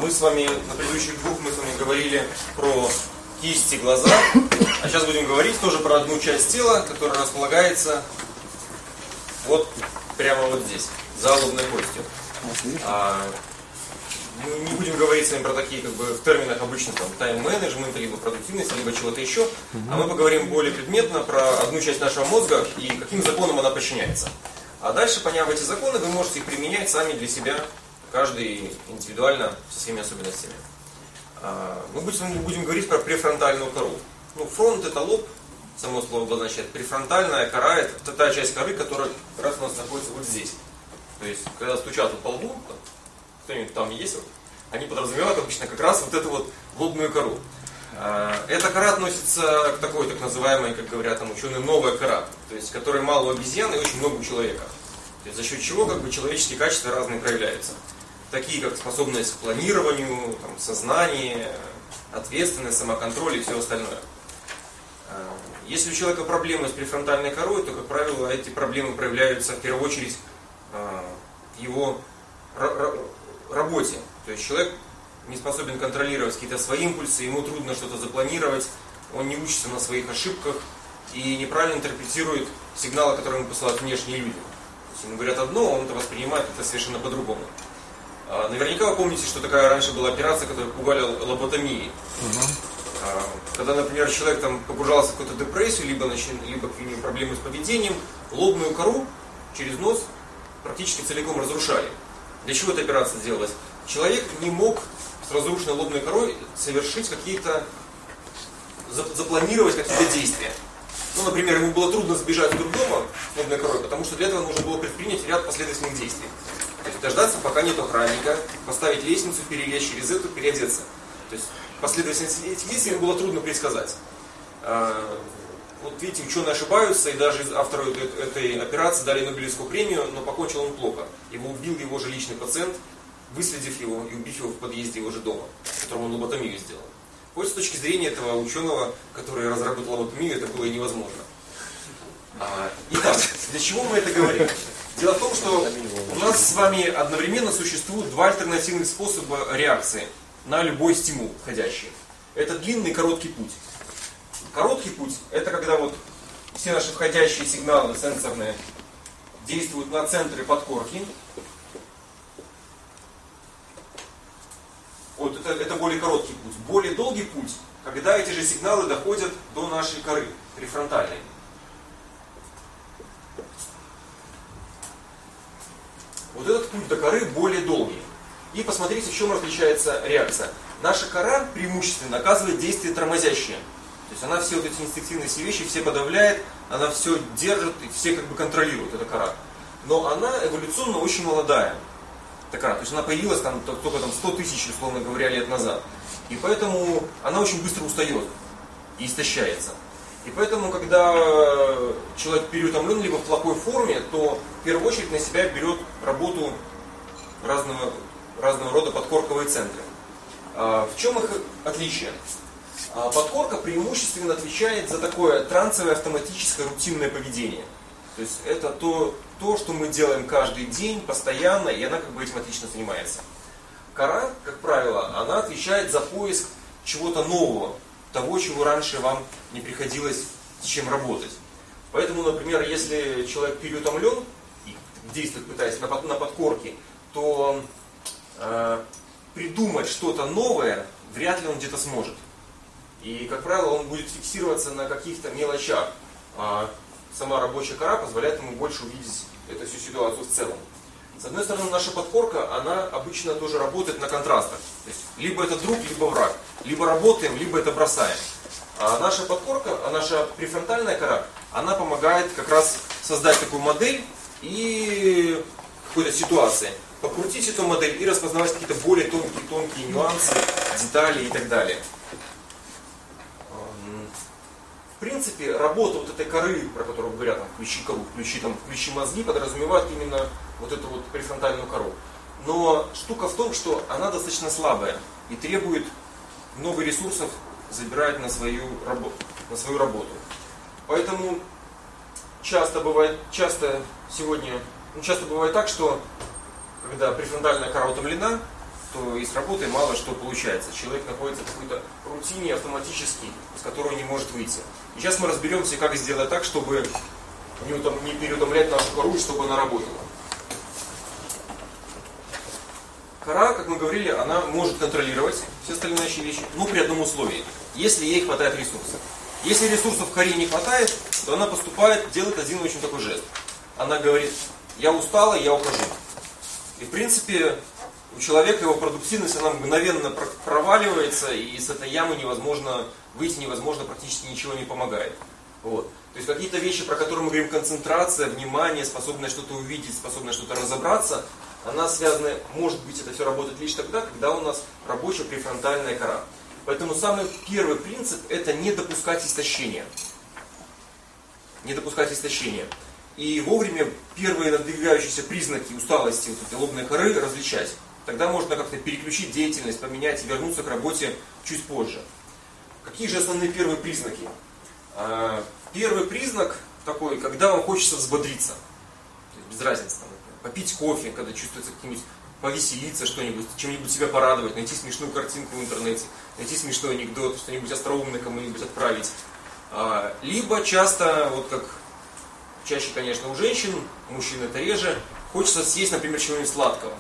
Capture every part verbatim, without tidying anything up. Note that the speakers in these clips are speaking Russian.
Мы с вами на предыдущих двух мы с вами говорили про кисти, глаза, а сейчас будем говорить тоже про одну часть тела, которая располагается вот прямо вот здесь, за лобной костью. А, мы не будем говорить с вами про такие, как бы, в терминах обычно там тайм-менеджмента, либо продуктивности, либо чего-то еще, а мы поговорим более предметно про одну часть нашего мозга и каким законам она подчиняется. А дальше, поняв эти законы, вы можете их применять сами для себя, каждый индивидуально со своими особенностями. Мы будем, будем говорить про префронтальную кору. Ну, фронт — это лоб, само слово обозначает. Префронтальная кора — это та часть коры, которая как раз у нас находится вот здесь. То есть, когда стучат вот по лбу, кто-нибудь там есть, вот, они подразумевают обычно как раз вот эту вот лобную кору. Эта кора относится к такой, так называемой, как говорят там ученые, новая кора, то есть, которой мало у обезьян и очень много у человека. То есть, за счет чего как бы человеческие качества разные проявляются. Такие как способность к планированию, там, сознание, ответственность, самоконтроль и все остальное. Если у человека проблемы с префронтальной корой, то, как правило, эти проблемы проявляются в первую очередь в его работе. То есть человек не способен контролировать какие-то свои импульсы, ему трудно что-то запланировать, он не учится на своих ошибках и неправильно интерпретирует сигналы, которые ему посылают внешние люди. То есть ему говорят одно, он это воспринимает это совершенно по-другому. Наверняка вы помните, что такая раньше была операция, которую пугали лоботомией. Угу. Когда, например, человек там погружался в какую-то депрессию, либо, либо проблемы с поведением, лобную кору через нос практически целиком разрушали. Для чего эта операция делалась? Человек не мог с разрушенной лобной корой совершить какие-то, запланировать какие-то действия. Ну, например, ему было трудно сбежать из дурдома с лобной корой, потому что для этого нужно было предпринять ряд последовательных действий. То есть дождаться, пока нет охранника, поставить лестницу, перелезть через эту, переодеться. То есть последовательность этих действий ему было трудно предсказать. Вот видите, ученые ошибаются, и даже автору этой операции дали Нобелевскую премию, но покончил он плохо. Его убил его же личный пациент, выследив его и убив его в подъезде его же дома, в котором он лоботомию сделал. Вот с точки зрения этого ученого, который разработал лоботомию, это было и невозможно. Итак, для чего мы это говорим? Дело в том, что у нас с вами одновременно существуют два альтернативных способа реакции на любой стимул входящий. Это длинный и короткий путь. Короткий путь — это когда вот все наши входящие сигналы сенсорные действуют на центре подкорки. Вот это, это более короткий путь. Более долгий путь, когда эти же сигналы доходят до нашей коры префронтальной. Вот этот путь до коры более долгий. И посмотрите, в чем различается реакция. Наша кора преимущественно оказывает действие тормозящее. То есть она все вот эти инстинктивные все вещи все подавляет, она все держит и все как бы контролирует, эта кора. Но она эволюционно очень молодая, эта кора. То есть она появилась там, только там, сто тысяч, условно говоря, лет назад. И поэтому она очень быстро устает и истощается. И поэтому, когда человек переутомлен либо в плохой форме, то в первую очередь на себя берет работу разного, разного рода подкорковые центры. В чем их отличие? Подкорка преимущественно отвечает за такое трансовое автоматическое рутинное поведение. То есть это то, то, что мы делаем каждый день, постоянно, и она как бы этим отлично занимается. Кора, как правило, она отвечает за поиск чего-то нового, того, чего раньше вам не приходилось с чем работать. Поэтому, например, если человек переутомлен и действует, пытаясь на, под, на подкорке, то э, придумать что-то новое вряд ли он где-то сможет. И, как правило, он будет фиксироваться на каких-то мелочах. А сама рабочая кора позволяет ему больше увидеть эту всю ситуацию в целом. С одной стороны, наша подкорка, она обычно тоже работает на контрастах. То есть, либо это друг, либо враг. Либо работаем, либо это бросаем. А наша подкорка, а наша префронтальная кора, она помогает как раз создать такую модель и какой-то ситуации. Покрутить эту модель и распознавать какие-то более тонкие-тонкие нюансы, детали и так далее. В принципе, работа вот этой коры, про которую говорят, там, включи кору, включи, там, включи мозги, подразумевает именно вот эту вот префронтальную кору. Но штука в том, что она достаточно слабая и требует много ресурсов, забирать на свою, рабо- на свою работу. Поэтому часто бывает, часто сегодня, ну, часто бывает так, что когда префронтальная кора утомлена, то и с работой мало что получается. Человек находится в какой-то рутине автоматически, с которой не может выйти. И сейчас мы разберемся, как сделать так, чтобы не, утом, не переутомлять нашу кору, чтобы она работала. Кора, как мы говорили, она может контролировать все остальные вещи, но при одном условии. Если ей хватает ресурсов. Если ресурсов в коре не хватает, то она поступает, делает один очень такой жест. Она говорит: я устала, я ухожу. И в принципе у человека его продуктивность, она мгновенно проваливается, и с этой ямы невозможно выйти, невозможно, практически ничего не помогает. Вот. То есть какие-то вещи, про которые мы говорим, концентрация, внимание, способность что-то увидеть, способность что-то разобраться, она связана, может быть, это все работает лишь тогда, когда у нас рабочая префронтальная кора. Поэтому самый первый принцип – это не допускать истощения. Не допускать истощения. И вовремя первые надвигающиеся признаки усталости вот этой лобной коры различать. Тогда можно как-то переключить деятельность, поменять и вернуться к работе чуть позже. Какие же основные первые признаки? Первый признак такой, когда вам хочется взбодриться. Без разницы. Попить кофе, когда чувствуется каким-нибудь, повеселиться что-нибудь, чем-нибудь себя порадовать, найти смешную картинку в интернете, найти смешной анекдот, что-нибудь остроумное кому-нибудь отправить. Либо часто, вот как чаще, конечно, у женщин, у мужчин это реже, хочется съесть, например, чего-нибудь сладкого.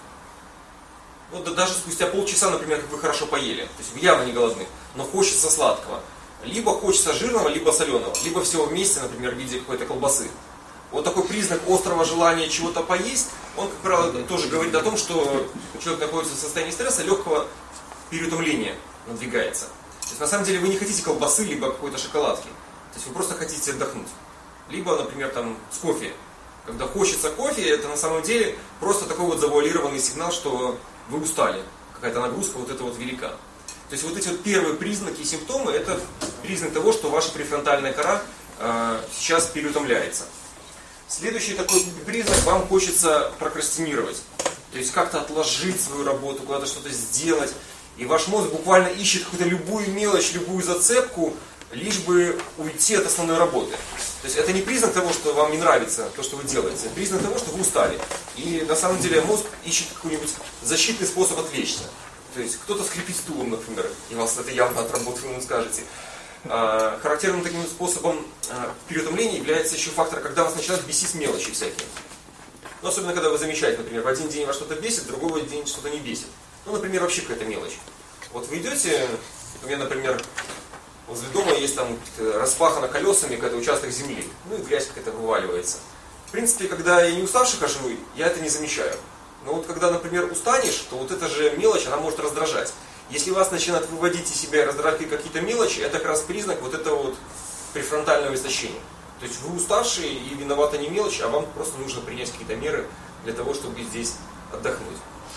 Вот да, даже спустя полчаса, например, как вы хорошо поели, то есть вы явно не голодны, но хочется сладкого. Либо хочется жирного, либо соленого, либо всего вместе, например, в виде какой-то колбасы. Вот такой признак острого желания чего-то поесть, он, как правило, тоже говорит о том, что человек находится в состоянии стресса, легкого переутомления надвигается. То есть на самом деле вы не хотите колбасы, либо какой-то шоколадки. То есть вы просто хотите отдохнуть. Либо, например, там с кофе. Когда хочется кофе, это на самом деле просто такой вот завуалированный сигнал, что вы устали. Какая-то нагрузка вот эта вот велика. То есть вот эти вот первые признаки и симптомы, это признак того, что ваша префронтальная кора э, сейчас переутомляется. Следующий такой признак, вам хочется прокрастинировать. То есть как-то отложить свою работу, куда-то что-то сделать. И ваш мозг буквально ищет какую-то любую мелочь, любую зацепку, лишь бы уйти от основной работы. То есть это не признак того, что вам не нравится то, что вы делаете. Это признак того, что вы устали. И на самом деле мозг ищет какой-нибудь защитный способ отвлечься. То есть кто-то скрипит стулом, например, и вас это явно от работы, вы ему скажете. А, характерным таким способом а, переутомления является еще фактор, когда вас начинают бесить мелочи всякие. Ну, особенно когда вы замечаете, например, в один день вас что-то бесит, в другой день что-то не бесит. Ну, например, вообще какая-то мелочь. Вот вы идете, у меня, например, возле дома есть там распахано колесами какой-то участок земли, ну и грязь какая-то вываливается. В принципе, когда я не уставший хожу, я это не замечаю. Но вот когда, например, устанешь, то вот эта же мелочь, она может раздражать. Если вас начинают выводить из себя и раздражать какие-то мелочи, это как раз признак вот этого вот префронтального истощения. То есть вы уставшие и виноваты не мелочи, а вам просто нужно принять какие-то меры для того, чтобы здесь отдохнуть.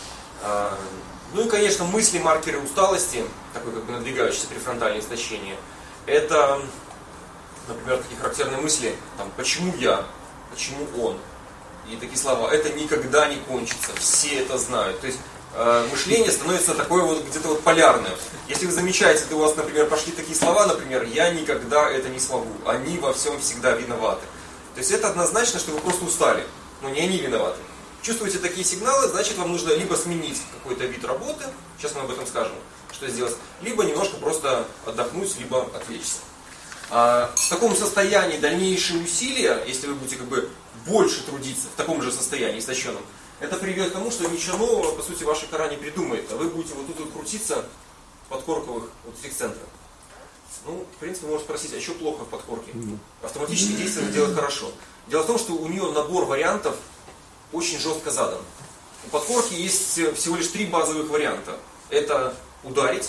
Ну и, конечно, мысли, маркеры усталости, такое как бы надвигающееся префронтальное истощение, это, например, такие характерные мысли, там, почему я, почему он, и такие слова, это никогда не кончится, все это знают. То есть э, мышление становится такое вот где-то вот полярное. Если вы замечаете, что у вас, например, пошли такие слова, например, я никогда это не смогу, они во всем всегда виноваты. То есть это однозначно, что вы просто устали, но не они виноваты. Чувствуете такие сигналы, значит вам нужно либо сменить какой-то вид работы, сейчас мы об этом скажем, что сделать, либо немножко просто отдохнуть, либо отвлечься. А в таком состоянии дальнейшие усилия, если вы будете как бы больше трудиться в таком же состоянии истощенном, это приведет к тому, что ничего нового, по сути, ваша кора не придумает, а вы будете вот тут вот крутиться в подкорковых вот этих центрах. Ну, в принципе, можно спросить, а что плохо в подкорке? Автоматические действия она делает хорошо. Дело в том, что у нее набор вариантов очень жестко задан. У подкорки есть всего лишь три базовых варианта. Это ударить,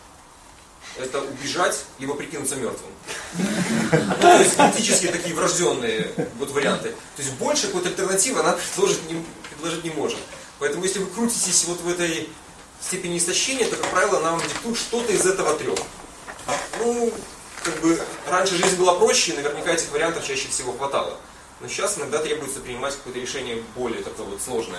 это убежать, либо прикинуться мертвым. Ну, то есть генетически такие врожденные вот варианты. То есть больше какой-то альтернативы она предложить не, предложить не может. Поэтому если вы крутитесь вот в этой степени истощения, то, как правило, нам диктует что-то из этого трех. Ну, как бы раньше жизнь была проще, и наверняка этих вариантов чаще всего хватало. Но сейчас иногда требуется принимать какое-то решение более такое вот сложное.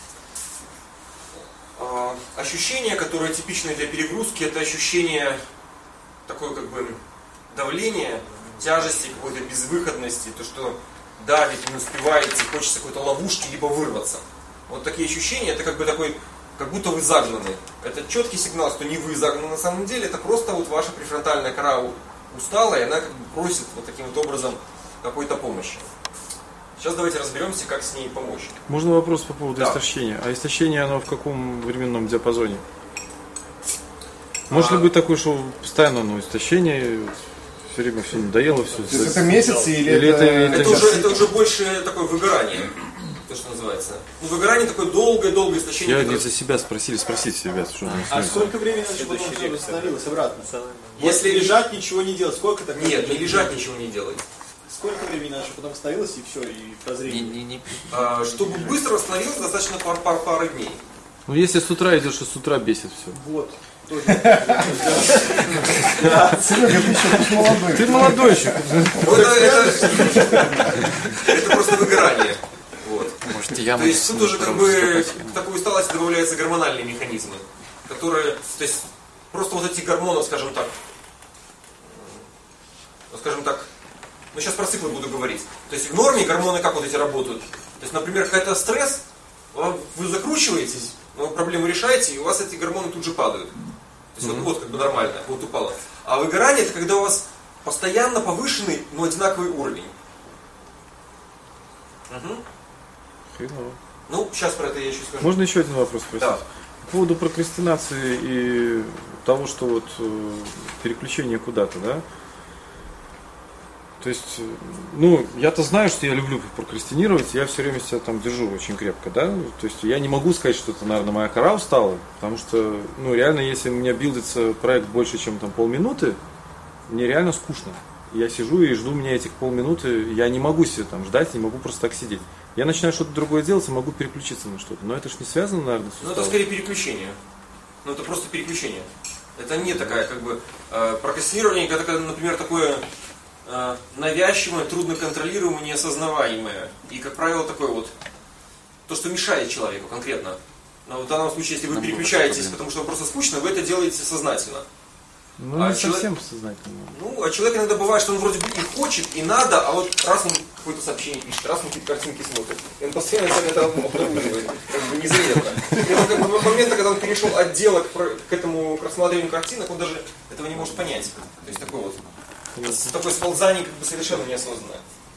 А, ощущение, которое типичное для перегрузки, это ощущение такое как бы давления, тяжести, какой-то безвыходности, то, что давите, не успеваете, хочется какой-то ловушки, либо вырваться. Вот такие ощущения, это как бы такой как будто вы загнаны. Это четкий сигнал, что не вы загнаны на самом деле, это просто вот ваша префронтальная кора устала, и она как бы просит вот таким вот образом какой-то помощи. Сейчас давайте разберемся, как с ней помочь. Можно вопрос по поводу да. истощения? А истощение, оно в каком временном диапазоне? Может а... ли быть такое, что постоянно ну, истощение, все время все надоело, все... То есть это месяцы или, или это... это... Это, уже, это уже больше такое выгорание, то, что называется. Ну, выгорание такое долгое-долгое истощение. Я которое... за себя спросили, спросите себя, что А, а сколько времени потом все восстановилось обратно? Если лежать, ничего не делать, сколько так? Нет, не лежать, ничего не делать. Сколько времени надо, чтобы потом восстановилось и все, и прозрение? Не, не, не. А, чтобы быстро восстановилось, достаточно пар, пар, пары дней. Ну, если с утра идешь, и с утра бесит все. Вот. Серега, ты еще молодой. Ты молодой еще. Это просто выгорание. Можете я То есть тут уже как бы к такой усталости добавляются гормональные механизмы, которые, то есть просто вот эти гормоны, скажем так, скажем так, ну сейчас про циклы буду говорить. То есть в норме гормоны как вот эти работают? То есть, например, какой-то стресс, вы закручиваетесь, вы проблему решаете, и у вас эти гормоны тут же падают. То есть mm-hmm. вот, вот как бы нормально, вот упало. А выгорание это когда у вас постоянно повышенный, но одинаковый уровень. Угу. Хреново. Ну, сейчас про это я еще скажу. Можно еще один вопрос спросить? Да. По поводу прокрастинации и того, что вот э, переключение куда-то, да? То есть, ну, я-то знаю, что я люблю прокрастинировать, я все время себя там держу очень крепко, да? То есть я не могу сказать, что это, наверное, моя кора устала, потому что, ну, реально, если у меня билдится проект больше, чем там полминуты, мне реально скучно. Я сижу и жду меня этих полминуты, я не могу себе там ждать, не могу просто так сидеть. Я начинаю что-то другое делать и могу переключиться на что-то. Но это же не связано, наверное, с усталостью. Ну, это скорее переключение. Ну, это просто переключение. Это не такая, как бы, э, прокрастинирование, это, например, такое э, навязчивое, трудноконтролируемое, неосознаваемое. И, как правило, такое вот, то, что мешает человеку конкретно. Но в данном случае, если вы Нам переключаетесь, потому что вам просто скучно, вы это делаете сознательно. Ну, а не человек... совсем сознательно. Ну, а человек иногда бывает, что он вроде бы и хочет, и надо, а вот раз он какое-то сообщение пишет, раз он какие-то картинки смотрит, и он постоянно это обнаруживает, как бы незаметно. И вот как бы в момент, когда он перешел от дела к, к этому к рассмотрению картинок, он даже этого не может понять. То есть такое вот, mm-hmm. такое сползание как бы совершенно неосознанное.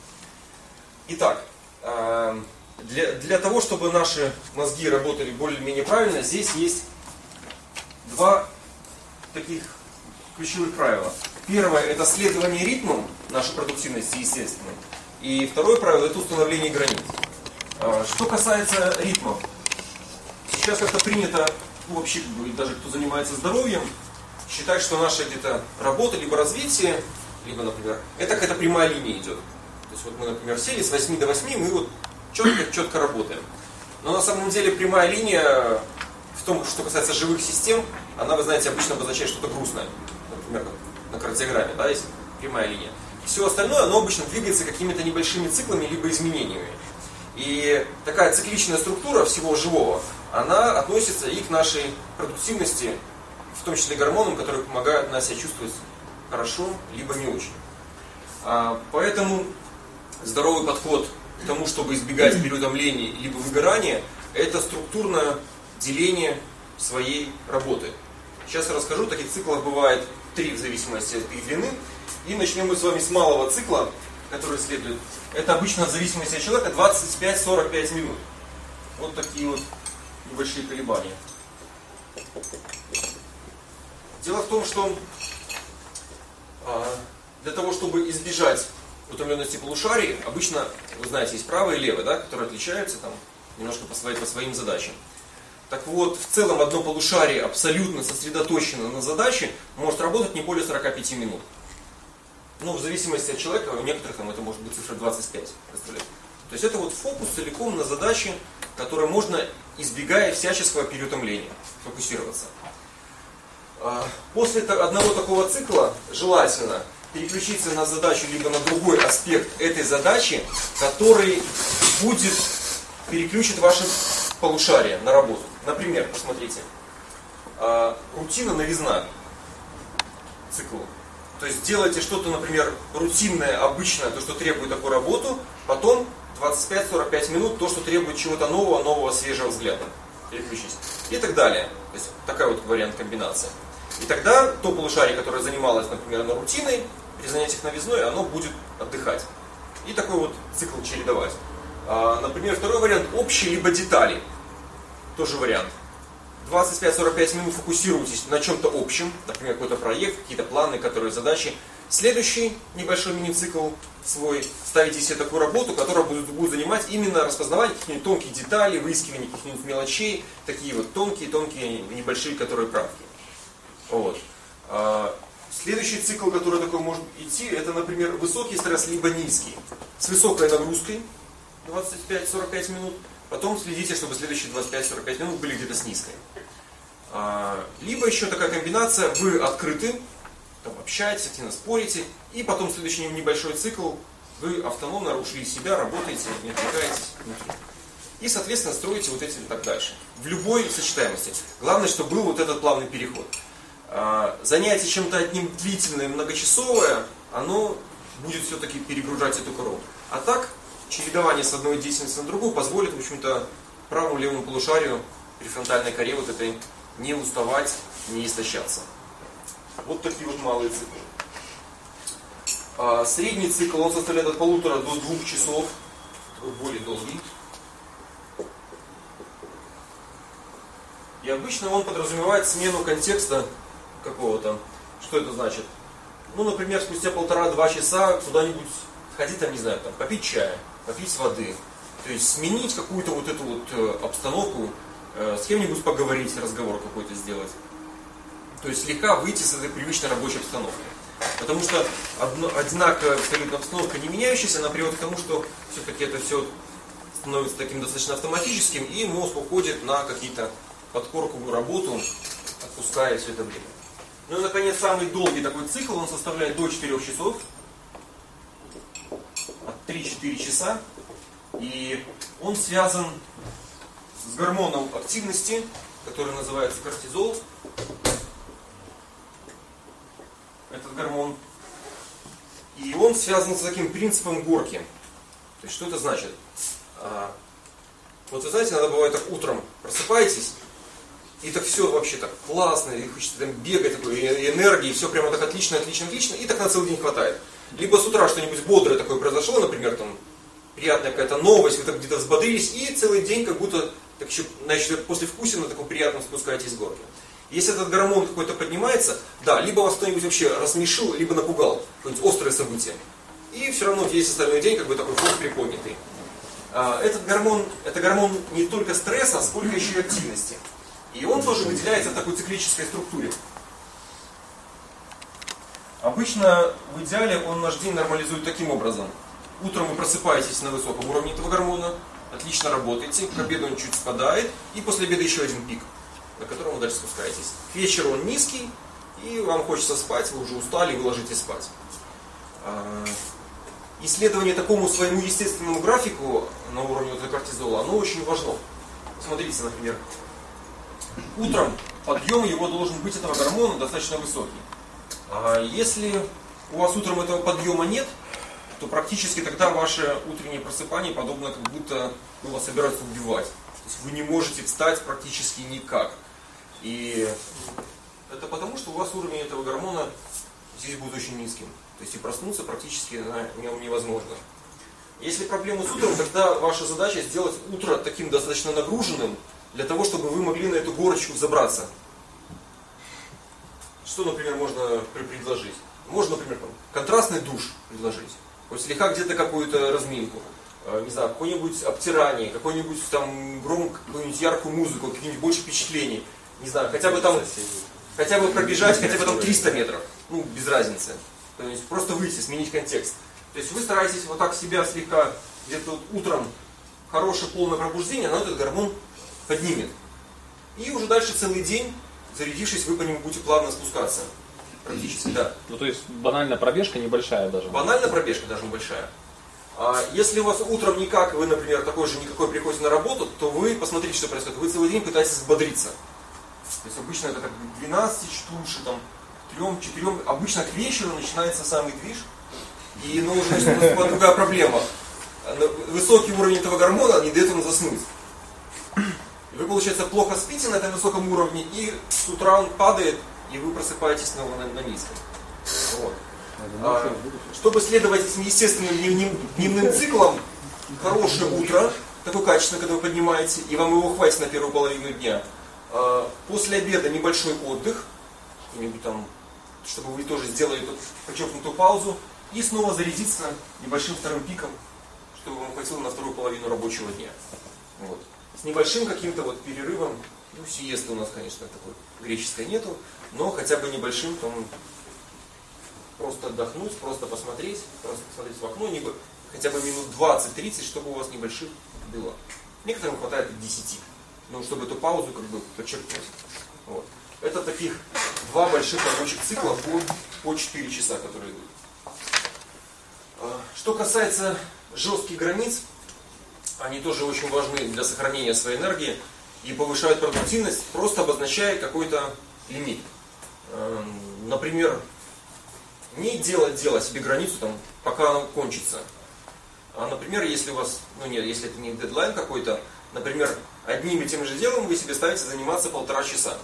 Итак, для, для того, чтобы наши мозги работали более-менее правильно, здесь есть два таких ключевых правила. Первое – это следование ритмам нашей продуктивности, естественно. И второе правило – это установление границ. Что касается ритмов. Сейчас как-то принято, ну, вообще, даже кто занимается здоровьем, считать, что наша где-то работа, либо развитие, либо, например, это какая-то прямая линия идет. То есть вот мы, например, сели с восьми до восьми, мы вот четко-четко работаем. Но на самом деле прямая линия в том, что касается живых систем, она, вы знаете, обычно обозначает что-то грустное. Например, на кардиограмме, да, есть прямая линия. И все остальное, оно обычно двигается какими-то небольшими циклами, либо изменениями. И такая цикличная структура всего живого, она относится и к нашей продуктивности, в том числе гормонам, которые помогают нас себя чувствовать хорошо, либо не очень. А, поэтому здоровый подход к тому, чтобы избегать переутомления, либо выгорания, это структурное деление своей работы. Сейчас я расскажу, таких циклов бывает три в зависимости от их длины. И начнем мы с вами с малого цикла, который следует. Это обычно в зависимости от человека двадцать пять - сорок пять минут. Вот такие вот небольшие колебания. Дело в том, что для того, чтобы избежать утомленности полушарий, обычно, вы знаете, есть правое и левое, да, которые отличаются там, немножко по своим, по своим задачам. Так вот, в целом одно полушарие абсолютно сосредоточено на задаче может работать не более сорока пяти минут. Ну, в зависимости от человека, у некоторых там это может быть цифра двадцать пять. Представляете? То есть это вот фокус целиком на задаче, которой можно, избегая всяческого переутомления, фокусироваться. После одного такого цикла желательно переключиться на задачу, либо на другой аспект этой задачи, который будет переключить ваше полушарие на работу. Например, посмотрите, рутина новизна циклу. То есть делайте что-то, например, рутинное, обычное, то, что требует такую работу, потом двадцать пять - сорок пять минут, то, что требует чего-то нового, нового, свежего взгляда. Переключитесь. и так далее. То есть такая вот вариант комбинации. И тогда то полушарие, которое занималось, например, на рутиной, при занятиях новизной, оно будет отдыхать. И такой вот цикл чередовать. А, например, второй вариант – общий либо детали. Тоже вариант. двадцать пять сорок пять минут фокусируйтесь на чем-то общем, например, какой-то проект, какие-то планы, которые задачи. Следующий небольшой мини-цикл свой, ставите себе такую работу, которая будет, будет занимать именно распознавание каких-нибудь тонких деталей, выискивание каких-нибудь мелочей, такие вот тонкие-тонкие небольшие, которые правки. Вот. А, следующий цикл, который такой может идти, это, например, высокий стресс, либо низкий. С высокой нагрузкой двадцать пять сорок пять минут, потом следите, чтобы следующие двадцать пять сорок пять минут были где-то с низкой. А, либо еще такая комбинация, вы открыты, там, общаетесь, активно спорите, и потом следующий небольшой цикл, вы автономно ушли из себя, работаете, не отвлекаетесь внутри. И, соответственно, строите вот эти так дальше. В любой сочетаемости. Главное, чтобы был вот этот плавный переход. А, занятие чем-то одним длительное, многочасовое, оно будет все-таки перегружать эту коробку. А так, чередование с одной деятельности на другую позволит, в общем-то, правому левому полушарию префронтальной коре вот этой не уставать, не истощаться. Вот такие вот малые циклы. А средний цикл, он составляет от полутора до двух часов, более долгий. И обычно он подразумевает смену контекста какого-то. Что это значит? Ну, например, спустя полтора-два часа куда-нибудь сходить, там, не знаю, там, попить чая, попить воды. То есть сменить какую-то вот эту вот обстановку, с кем-нибудь поговорить, разговор какой-то сделать. То есть слегка выйти с этой привычной рабочей обстановки. Потому что одно, одинаковая абсолютно обстановка, не меняющаяся, она приводит к тому, что все-таки это все становится таким достаточно автоматическим, и мозг уходит на какие-то подкорковую работу, отпуская все это время. Ну и, наконец, самый долгий такой цикл, он составляет до четырёх часов, от три-четыре часа, и он связан с гормоном активности, который называется кортизол. Этот гормон. И он связан с таким принципом горки. То есть, что это значит? А, вот вы знаете, иногда бывает так, утром просыпаетесь, и так все вообще так классно, и хочется там бегать, такой, и энергии, и все прямо так отлично, отлично, отлично, и так на целый день хватает. Либо с утра что-нибудь бодрое такое произошло, например, там, приятная какая-то новость, вы так где-то взбодрились, и целый день как будто так еще, значит, послевкусие на таком приятном спускаетесь с горки. Если этот гормон какой-то поднимается, да, либо вас кто-нибудь вообще рассмешил, либо напугал, какое-нибудь острое событие. И все равно весь остальной день как бы такой фон приподнятый. А, этот гормон, это гормон не только стресса, сколько еще и активности. И он тоже выделяется в такой циклической структуре. Обычно в идеале он наш день нормализует таким образом. Утром вы просыпаетесь на высоком уровне этого гормона, отлично работаете, к обеду он чуть спадает, и после обеда еще один пик, на котором вы дальше спускаетесь. К вечеру он низкий, и вам хочется спать, вы уже устали, вы ложитесь спать. Исследование такому своему естественному графику на уровне вот кортизола, оно очень важно. Смотрите, например, утром подъем его должен быть этого гормона достаточно высокий. А если у вас утром этого подъема нет, то практически тогда ваше утреннее просыпание подобно как будто ну, вас собираются убивать. То есть вы не можете встать практически никак. И это потому, что у вас уровень этого гормона здесь будет очень низким. То есть и проснуться практически на нем невозможно. Если проблема с утром, тогда ваша задача сделать утро таким достаточно нагруженным, для того, чтобы вы могли на эту горочку забраться. Что, например, можно предложить? Можно, например, контрастный душ предложить. Вот слегка где-то какую-то разминку. Не знаю, какое-нибудь обтирание, какой-нибудь там громко, какую-нибудь яркую музыку, какие-нибудь больше впечатлений. Не знаю, хотя бы там, хотя бы пробежать, хотя бы там триста метров. Ну, без разницы. То есть просто выйти, сменить контекст. То есть вы стараетесь вот так себя слегка, где-то вот утром хорошее полное пробуждение, оно этот гормон поднимет. И уже дальше целый день, зарядившись, вы по нему будете плавно спускаться. Практически, да. Ну, то есть банальная пробежка небольшая даже. Банальная пробежка даже небольшая. А если у вас утром никак, вы, например, такой же никакой приходите на работу, то вы посмотрите, что происходит. Вы целый день пытаетесь взбодриться. То есть обычно это как двенадцать штуш, там, трем-четырем. Обычно к вечеру начинается самый движ. И ну, уже наступает другая проблема. Высокий уровень этого гормона не дает ему заснуть. И вы, получается, плохо спите на этом высоком уровне, и с утра он падает, и вы просыпаетесь снова на, на низком. Вот. А, чтобы следовать этим естественным дневным, дневным циклам, хорошее утро, такое качественное, когда вы поднимаете, и вам его хватит на первую половину дня. А, после обеда небольшой отдых, там, чтобы вы тоже сделали тут подчеркнутую паузу, и снова зарядиться небольшим вторым пиком, чтобы вам хватило на вторую половину рабочего дня. Вот. С небольшим каким-то вот перерывом, ну, сиесты у нас, конечно, такой греческой нету, но хотя бы небольшим, там, просто отдохнуть, просто посмотреть, просто посмотреть в окно, не, хотя бы минут двадцать-тридцать, чтобы у вас небольших было. Некоторым хватает и десяти, но чтобы эту паузу как бы подчеркнуть. Вот. Это таких два больших рабочих цикла по, по четыре часа, которые идут. Что касается жестких границ, они тоже очень важны для сохранения своей энергии и повышают продуктивность, просто обозначая какой-то лимит. Например, не делать дело себе границу, там, пока она кончится. А, например, если у вас, ну нет, если это не дедлайн какой-то, например, одним и тем же делом вы себе ставите заниматься полтора часа.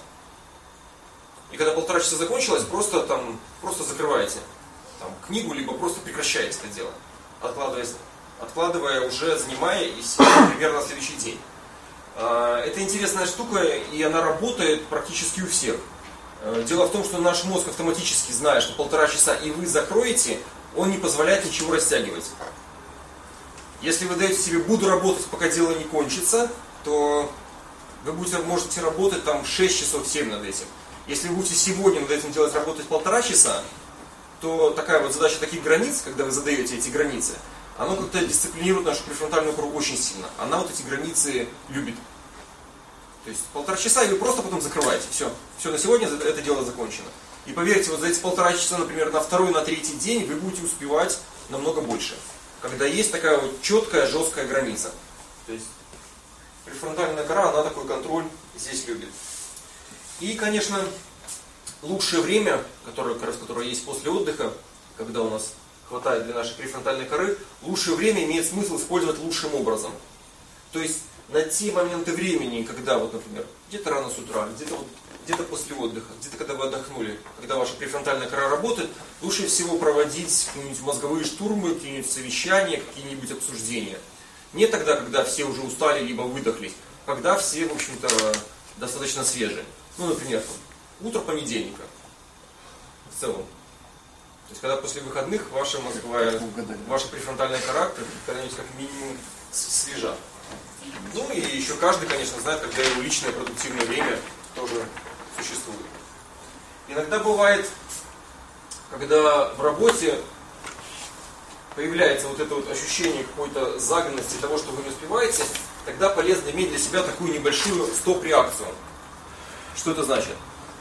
И когда полтора часа закончилось, просто там, просто закрываете там, книгу, либо просто прекращаете это дело, откладывая, откладывая уже, занимая и примерно на следующий день. А, это интересная штука, и она работает практически у всех. Дело в том, что наш мозг автоматически, зная, что полтора часа и вы закроете, он не позволяет ничего растягивать. Если вы даете себе «буду работать, пока дело не кончится», то вы будете, можете работать там шесть часов, семь над этим. Если вы будете сегодня над этим делать работать полтора часа, то такая вот задача таких границ, когда вы задаете эти границы, она как-то дисциплинирует нашу префронтальную кору очень сильно. Она вот эти границы любит. То есть полтора часа, и вы просто потом закрываете. Все, все, на сегодня это дело закончено. И поверьте, вот за эти полтора часа, например, на второй, на третий день вы будете успевать намного больше. Когда есть такая вот четкая, жесткая граница. То есть префронтальная кора, она такой контроль здесь любит. И, конечно, лучшее время, которое, как раз, которое есть после отдыха, когда у нас хватает для нашей префронтальной коры, лучшее время имеет смысл использовать лучшим образом. То есть на те моменты времени, когда, вот, например, где-то рано с утра, где-то вот, где-то после отдыха, где-то когда вы отдохнули, когда ваша префронтальная кора работает, лучше всего проводить какие-нибудь мозговые штурмы, какие-нибудь совещания, какие-нибудь обсуждения. Не тогда, когда все уже устали, либо выдохлись, когда все, в общем-то, достаточно свежие. Ну, например, утро понедельника, в целом. То есть, когда после выходных ваша мозговая, ваша префронтальная кора когда-нибудь как минимум свежа. Ну и еще каждый, конечно, знает, когда его личное продуктивное время тоже существует. Иногда бывает, когда в работе появляется вот это вот ощущение какой-то загнанности того, что вы не успеваете, тогда полезно иметь для себя такую небольшую стоп-реакцию. Что это значит?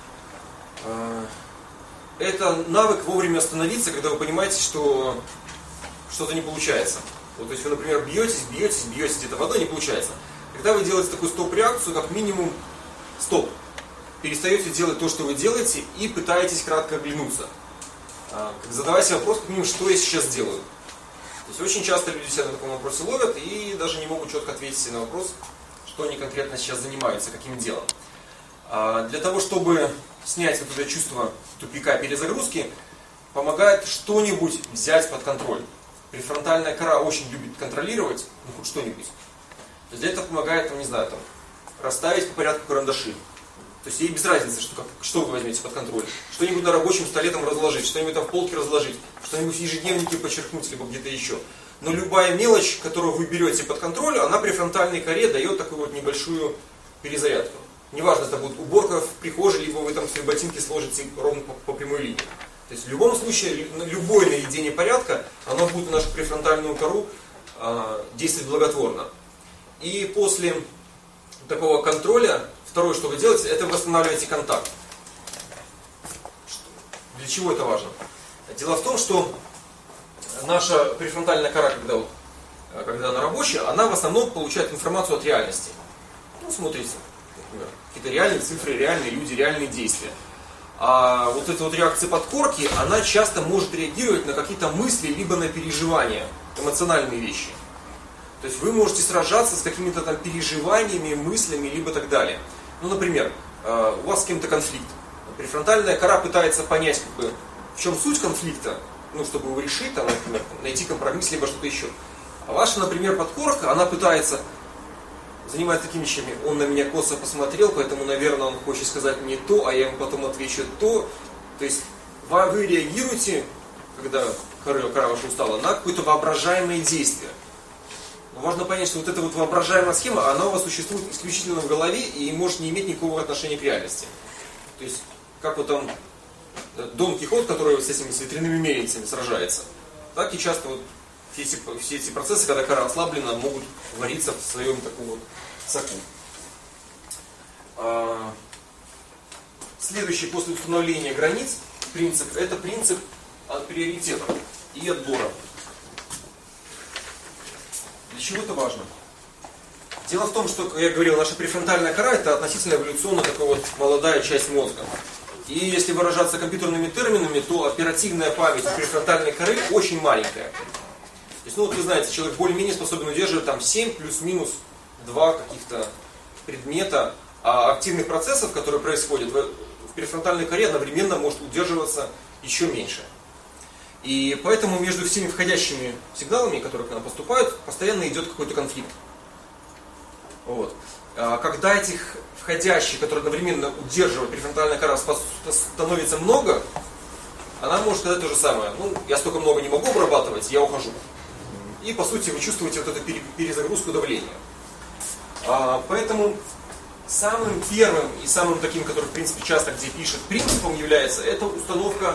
Это навык вовремя остановиться, когда вы понимаете, что что-то не получается. Вот, то есть вы, например, бьетесь, бьетесь, бьетесь где-то водой, не получается. Когда вы делаете такую стоп-реакцию, как минимум стоп. Перестаете делать то, что вы делаете, и пытаетесь кратко оглянуться. Задавая себе вопрос, как минимум, что я сейчас делаю. То есть очень часто люди себя на таком вопросе ловят и даже не могут четко ответить себе на вопрос, что они конкретно сейчас занимаются, каким делом. Для того, чтобы снять вот это чувство тупика, перезагрузки, помогает что-нибудь взять под контроль. Префронтальная кора очень любит контролировать, ну хоть что-нибудь. То есть для этого помогает, там, не знаю, там, расставить по порядку карандаши. То есть ей без разницы, что, как, что вы возьмете под контроль. Что-нибудь на рабочем столе там разложить, что-нибудь там в полке разложить, что-нибудь в ежедневнике подчеркнуть, либо где-то еще. Но любая мелочь, которую вы берете под контроль, она префронтальной коре дает такую вот небольшую перезарядку. Неважно, это будет уборка в прихожей, либо вы там свои ботинки сложите ровно по, по прямой линии. То есть в любом случае, любое наведение порядка, оно будет на нашу префронтальную кору э, действовать благотворно. И после такого контроля, второе, что вы делаете, это восстанавливаете контакт. Для чего это важно? Дело в том, что наша префронтальная кора, когда, вот, когда она рабочая, она в основном получает информацию от реальности. Ну, смотрите, например, какие-то реальные цифры, реальные люди, реальные действия. А вот эта вот реакция подкорки, она часто может реагировать на какие-то мысли, либо на переживания, эмоциональные вещи. То есть вы можете сражаться с какими-то там переживаниями, мыслями, либо так далее. Ну, например, у вас с кем-то конфликт. Префронтальная кора пытается понять, как бы, в чем суть конфликта, ну, чтобы его решить, там, например, найти компромисс, либо что-то еще. А ваша, например, подкорка, она пытается заниматься такими вещами. Он на меня косо посмотрел, поэтому, наверное, он хочет сказать мне то, а я ему потом отвечу то. То есть вы реагируете, когда кора, кора ваша устала, на какое-то воображаемое действие. Но важно понять, что вот эта вот воображаемая схема, она у вас существует исключительно в голове и может не иметь никакого отношения к реальности. То есть, как вот там Дон Кихот, который с этими с ветряными мельницами сражается, так и часто вот все эти, все эти процессы, когда кора ослаблена, могут вариться в своем таком вот соку. А, следующий после установления границ принцип, это принцип от приоритета и отбора. Для чего это важно? Дело в том, что, как я говорил, наша префронтальная кора это относительно эволюционно такая вот молодая часть мозга. И если выражаться компьютерными терминами, то оперативная память у префронтальной коры очень маленькая. То есть, ну вот вы знаете, человек более-менее способен удерживать там семь плюс-минус два каких-то предмета, а активных процессов, которые происходят в префронтальной коре, одновременно может удерживаться еще меньше. И поэтому между всеми входящими сигналами, которые к нам поступают, постоянно идет какой-то конфликт. Вот. Когда этих входящих, которые одновременно удерживают префронтальная кора, становится много, она может сказать то же самое. Ну, я столько много не могу обрабатывать, я ухожу. И по сути вы чувствуете вот эту перезагрузку давления. Поэтому самым первым и самым таким, который в принципе часто где пишет принципом является, это установка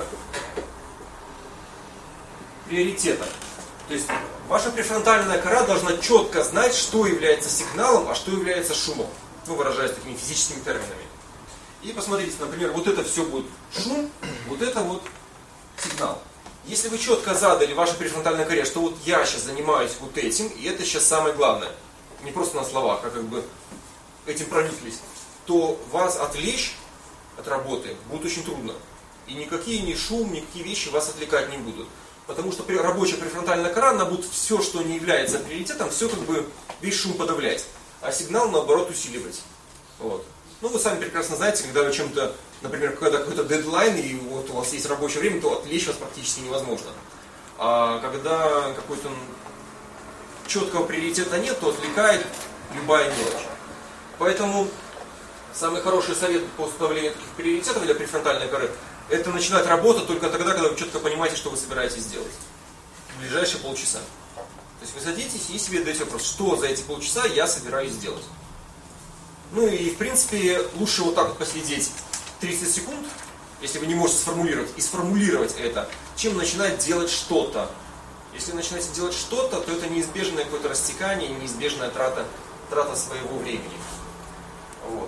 приоритета. То есть ваша префронтальная кора должна четко знать, что является сигналом, а что является шумом. Ну, выражаясь такими физическими терминами. И посмотрите, например, вот это все будет шум, вот это вот сигнал. Если вы четко задали вашей префронтальной коре, что вот я сейчас занимаюсь вот этим, и это сейчас самое главное, не просто на словах, а как бы этим прониклись, то вас отвлечь от работы будет очень трудно. И никакие ни шум, никакие вещи вас отвлекать не будут. Потому что рабочая префронтальная кора, она будет все, что не является приоритетом, все как бы весь шум подавлять, а сигнал наоборот усиливать. Вот. Ну вы сами прекрасно знаете, когда вы чем-то, например, когда какой-то дедлайн, и вот у вас есть рабочее время, то отвлечь вас практически невозможно. А когда какой-то четкого приоритета нет, то отвлекает любая мелочь. Поэтому самый хороший совет по установлению таких приоритетов для префронтальной коры — это начинать работать только тогда, когда вы четко понимаете, что вы собираетесь сделать. В ближайшие полчаса. То есть вы садитесь и себе задаете вопрос, что за эти полчаса я собираюсь сделать. Ну и в принципе лучше вот так вот посидеть тридцать секунд, если вы не можете сформулировать, и сформулировать это, чем начинать делать что-то. Если вы начинаете делать что-то, то это неизбежное какое-то растекание, неизбежная трата, трата своего времени. Вот.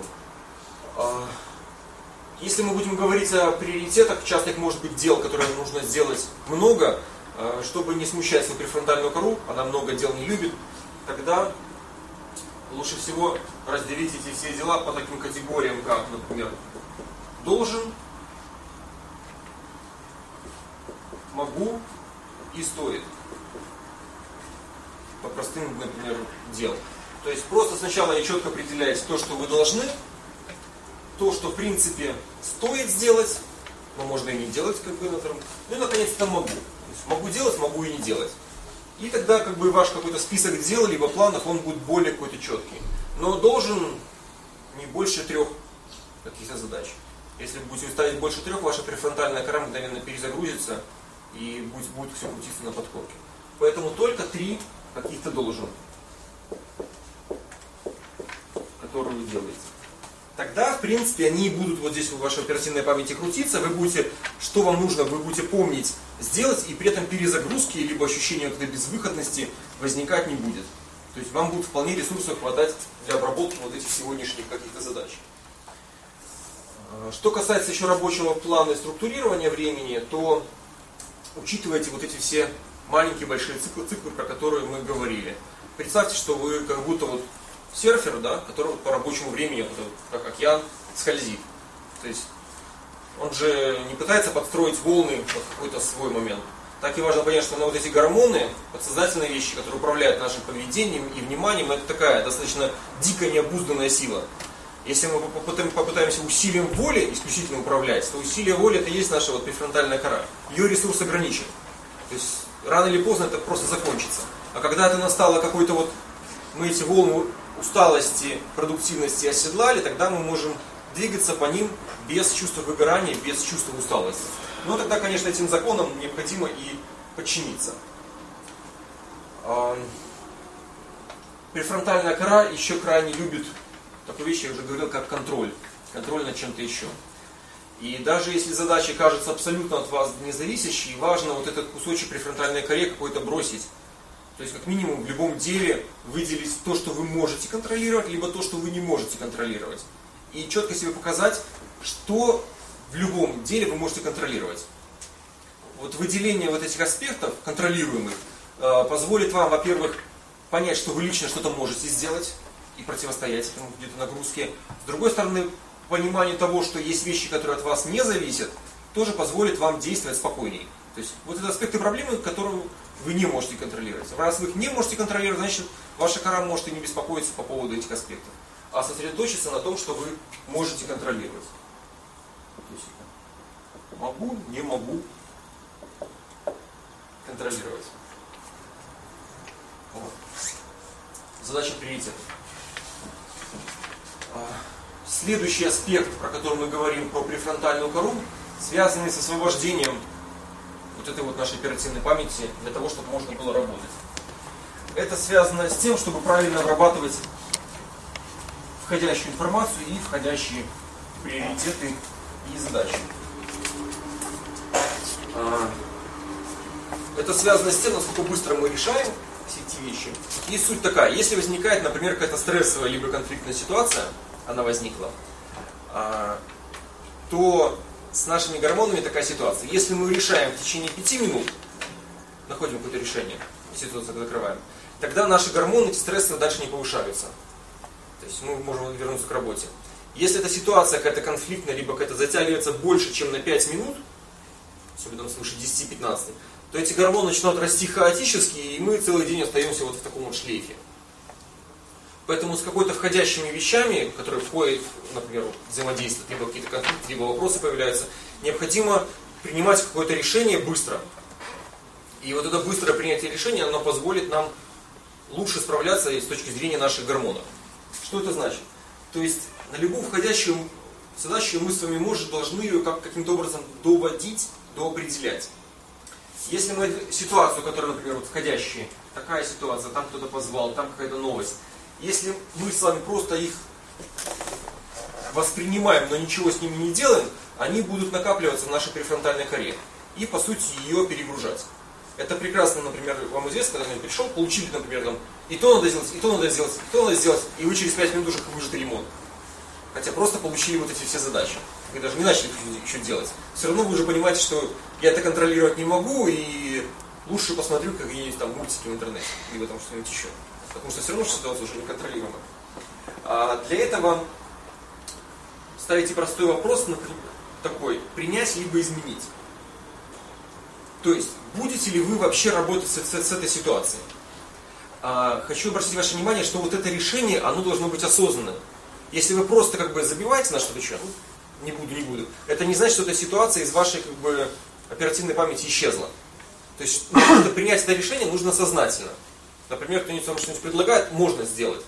Если мы будем говорить о приоритетах, частных может быть дел, которые нужно сделать много, чтобы не смущать свою префронтальную кору, она много дел не любит, тогда лучше всего разделить эти все дела по таким категориям, как, например, должен, могу и стоит. По простым, например, делам. То есть просто сначала я четко определяете то, что вы должны, то, что в принципе стоит сделать, но можно и не делать, как бы, например. Ну и наконец-то могу. То есть могу делать, могу и не делать. И тогда как бы ваш какой-то список дел, либо планов, он будет более какой-то четкий. Но должен не больше трех каких-то задач. Если вы будете ставить больше трех, ваша префронтальная кора мгновенно перезагрузится и будет, будет все крутиться на подкорке. Поэтому только три каких-то должен, которые вы делаете. Тогда, в принципе, они будут вот здесь в вашей оперативной памяти крутиться, вы будете, что вам нужно, вы будете помнить сделать, и при этом перезагрузки, либо ощущения какой-то безвыходности возникать не будет. То есть вам будет вполне ресурсов хватать для обработки вот этих сегодняшних каких-то задач. Что касается еще рабочего плана и структурирования времени, то учитывайте вот эти все маленькие большие циклы, циклы, про которые мы говорили. Представьте, что вы как будто вот серфер, да, который по рабочему времени, вот, как океан, скользит. То есть он же не пытается подстроить волны под какой-то свой момент. так и важно понять, что на вот эти гормоны, подсознательные вещи, которые управляют нашим поведением и вниманием, это такая достаточно дикая необузданная сила. Если мы попытаемся усилием воли исключительно управлять, то усилие воли это и есть наша вот префронтальная кора. Ее ресурс ограничен. То есть рано или поздно это просто закончится. А когда это настало какой-то вот, мы эти волны усталости, продуктивности оседлали, тогда мы можем двигаться по ним без чувства выгорания, без чувства усталости. Но тогда, конечно, этим законам необходимо и подчиниться. Префронтальная кора еще крайне любит такую вещь, я уже говорил, как контроль. Контроль над чем-то еще. И даже если задача кажется абсолютно от вас независящей, важно вот этот кусочек префронтальной коре какой-то бросить. То есть, как минимум, в любом деле выделить то, что вы можете контролировать, либо то, что вы не можете контролировать. И четко себе показать, что в любом деле вы можете контролировать. Вот выделение вот этих аспектов, контролируемых, позволит вам, во-первых, понять, что вы лично что-то можете сделать и противостоять этому где-то нагрузке. С другой стороны, понимание того, что есть вещи, которые от вас не зависят, тоже позволит вам действовать спокойнее. То есть вот это аспекты проблемы, которые вы не можете контролировать. Раз вы их не можете контролировать, значит ваша кора может и не беспокоиться по поводу этих аспектов, а сосредоточиться на том, что вы можете контролировать. Могу, не могу контролировать. Вот. Задача приоритета. Следующий аспект, про который мы говорим, про префронтальную кору, связанный с освобождением вот этой вот нашей оперативной памяти для того, чтобы можно было работать. Это связано с тем, чтобы правильно обрабатывать входящую информацию и входящие приоритеты и задачи. Это связано с тем, насколько быстро мы решаем все эти вещи. И суть такая, если возникает, например, какая-то стрессовая либо конфликтная ситуация, она возникла, то с нашими гормонами такая ситуация. Если мы решаем в течение пяти минут, находим какое-то решение, ситуацию закрываем, тогда наши гормоны, эти стрессовые, дальше не повышаются. То есть мы можем вернуться к работе. Если эта ситуация какая-то конфликтная, либо какая-то затягивается больше, чем на пять минут, особенно в случае десяти-пятнадцати, то эти гормоны начинают расти хаотически, и мы целый день остаемся вот в таком вот шлейфе. Поэтому с какой-то входящими вещами, которые входят, например, взаимодействуют, либо какие-то конфликты, либо вопросы появляются, необходимо принимать какое-то решение быстро. И вот это быстрое принятие решения, оно позволит нам лучше справляться с точки зрения наших гормонов. Что это значит? То есть на любую входящую задачу мы с вами, может, должны ее как, каким-то образом доводить, доопределять. Если мы ситуацию, которая, например, вот входящая, такая ситуация, там кто-то позвал, там какая-то новость, если мы с вами просто их воспринимаем, но ничего с ними не делаем, они будут накапливаться в нашей префронтальной коре и, по сути, ее перегружать. Это прекрасно, например, вам известно, когда кто-нибудь пришел, получили, например, там, и то надо сделать, и то надо сделать, и то надо сделать, и вы через пять минут уже как выжатый лимон. Хотя просто получили вот эти все задачи. Вы даже не начали еще делать. Все равно вы уже понимаете, что я это контролировать не могу, и лучше посмотрю какие-нибудь там мультики в интернете, либо там что-нибудь еще. Потому что все равно ситуация уже неконтролируема. А для этого ставите простой вопрос, например, такой: принять либо изменить. То есть, будете ли вы вообще работать с, с, с этой ситуацией? А, хочу обратить ваше внимание, что вот это решение, оно должно быть осознанным. Если вы просто как бы забиваете на что-то еще, ну, не буду, не буду, это не значит, что эта ситуация из вашей как бы оперативной памяти исчезла. То есть, ну, принять это решение нужно сознательно. Например, кто-нибудь вам что-нибудь предлагает, можно сделать.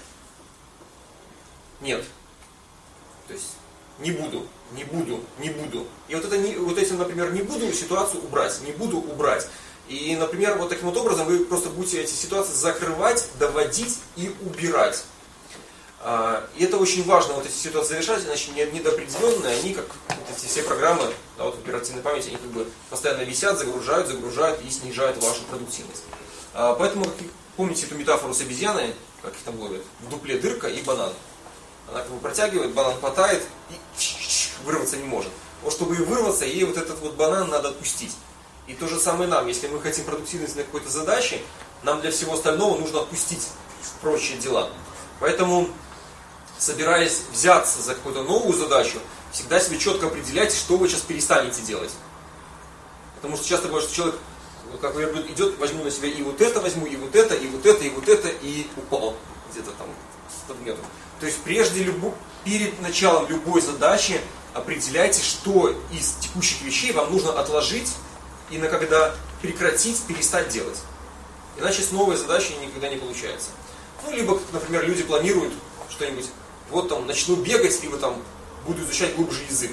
Нет. То есть, не буду, не буду, не буду. И вот, это не, вот этим, например, не буду ситуацию убрать, не буду убрать. И, например, вот таким вот образом вы просто будете эти ситуации закрывать, доводить и убирать. И это очень важно, вот эти ситуации решать, иначе недоопределенные, они, как вот эти все программы, да, вот оперативной памяти, они как бы постоянно висят, загружают, загружают и снижают вашу продуктивность. Поэтому, как, помните эту метафору с обезьяной, как их там ловят, в дупле дырка и банан. Она как бы протягивает, банан хватает и вырваться не может. Вот чтобы и вырваться, ей вот этот вот банан надо отпустить. И то же самое нам, если мы хотим продуктивность на какой-то задаче, нам для всего остального нужно отпустить прочие дела. Поэтому, собираясь взяться за какую-то новую задачу, всегда себе четко определяйте, что вы сейчас перестанете делать. Потому что часто бывает, что человек Вот как верблюд идет, возьму на себя и вот это возьму, и вот это, и вот это, и вот это, и упал где-то там под гнетом. То есть прежде любо, перед началом любой задачи определяйте, что из текущих вещей вам нужно отложить и на когда прекратить, перестать делать. Иначе с новой задачей никогда не получается. Ну, либо, например, люди планируют что-нибудь, вот там начну бегать, либо там буду изучать глубже язык.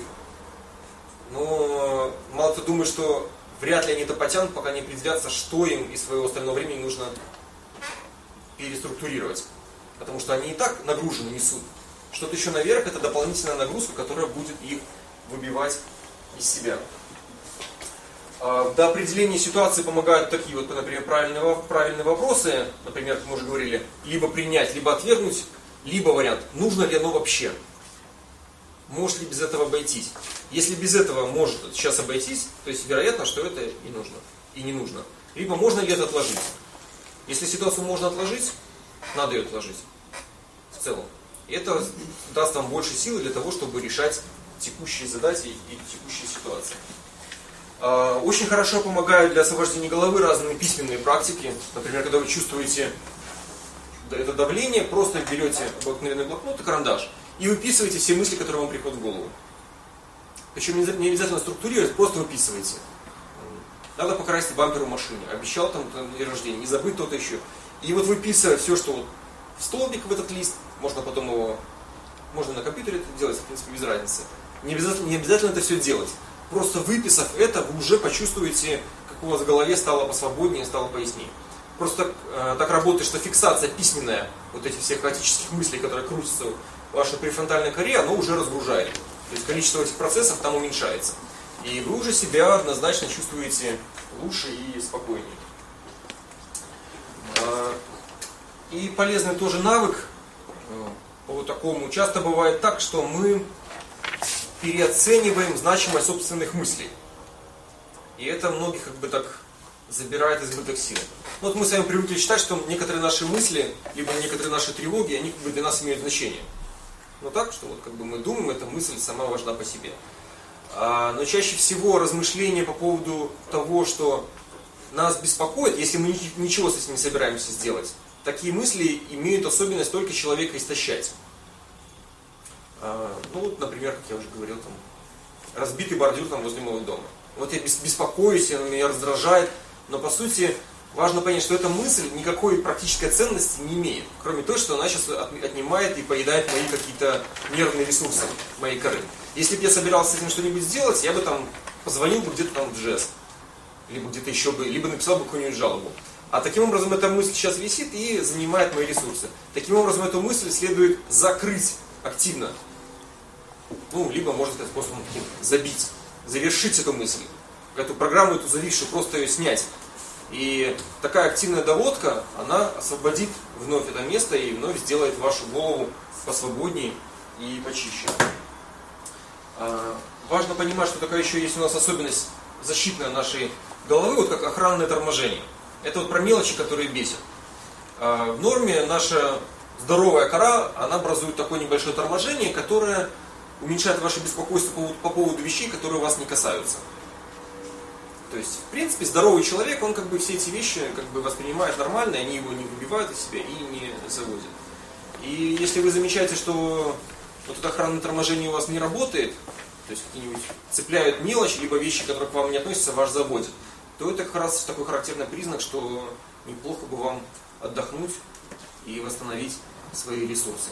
Но мало кто думает, что вряд ли они это потянут, пока не определятся, что им из своего остального времени нужно переструктурировать. Потому что они и так нагружены, несут. Что-то еще наверх, это дополнительная нагрузка, которая будет их выбивать из себя. До определения ситуации помогают такие вот, например, правильные, правильные вопросы. Например, как мы уже говорили, либо принять, либо отвергнуть. Либо вариант, нужно ли оно вообще. Может ли без этого обойтись? Если без этого может сейчас обойтись, то есть вероятно, что это и нужно, и не нужно. Либо можно ли это отложить. Если ситуацию можно отложить, надо ее отложить. В целом. И это даст вам больше силы для того, чтобы решать текущие задачи и текущие ситуации. Очень хорошо помогают для освобождения головы разные письменные практики. Например, когда вы чувствуете это давление, просто берете обыкновенный блокнот и карандаш и выписываете все мысли, которые вам приходят в голову. Причем не обязательно структурировать, просто выписывайте. Надо покрасить бампер в машине, обещал там на день рождения, не забыть то-то еще. И вот выписывая все, что вот в столбик в этот лист, можно потом его, можно на компьютере это делать, в принципе, без разницы. Не обязательно, не обязательно это все делать. Просто выписав это, вы уже почувствуете, как у вас в голове стало посвободнее, стало пояснее. Просто так, э, так работает, что фиксация письменная, вот этих всех хаотических мыслей, которые крутятся в вашей префронтальной коре, оно уже разгружает. То есть количество этих процессов там уменьшается. И вы уже себя однозначно чувствуете лучше и спокойнее. И полезный тоже навык по вот такому. Часто бывает так, что мы переоцениваем значимость собственных мыслей. И это многих как бы так забирает избыток сил. Ну, вот мы с вами привыкли считать, что некоторые наши мысли, либо некоторые наши тревоги, они как бы для нас имеют значение. Но так, что вот как бы мы думаем, эта мысль сама важна по себе. А, но чаще всего размышления по поводу того, что нас беспокоит, если мы ничего с этим не собираемся сделать, такие мысли имеют особенность только человека истощать. А, ну вот, например, как я уже говорил, там, разбитый бордюр там возле моего дома. Вот я беспокоюсь, он меня раздражает, но по сути важно понять, что эта мысль никакой практической ценности не имеет, кроме того, что она сейчас отнимает и поедает мои какие-то нервные ресурсы, моей коры. Если бы я собирался с этим что-нибудь сделать, я бы там позвонил бы где-то там в джесс, либо где-то еще бы, либо написал бы какую-нибудь жалобу. А таким образом эта мысль сейчас висит и занимает мои ресурсы. Таким образом эту мысль следует закрыть активно. Ну, либо, можно сказать, способом таким, забить, завершить эту мысль. Эту программу, эту зависшую, просто ее снять. И такая активная доводка, она освободит вновь это место и вновь сделает вашу голову посвободнее и почище. Важно понимать, что такая еще есть у нас особенность защитная нашей головы, вот как охранное торможение. Это вот про мелочи, которые бесят. В норме наша здоровая кора, она образует такое небольшое торможение, которое уменьшает ваше беспокойство по, по поводу вещей, которые вас не касаются. То есть, в принципе, здоровый человек, он как бы все эти вещи как бы воспринимает нормально, они его не выбивают из себя и не заводят. И если вы замечаете, что вот это охранное торможение у вас не работает, то есть какие-нибудь цепляют мелочи, либо вещи, которые к вам не относятся, вас заводят, то это как раз такой характерный признак, что неплохо бы вам отдохнуть и восстановить свои ресурсы.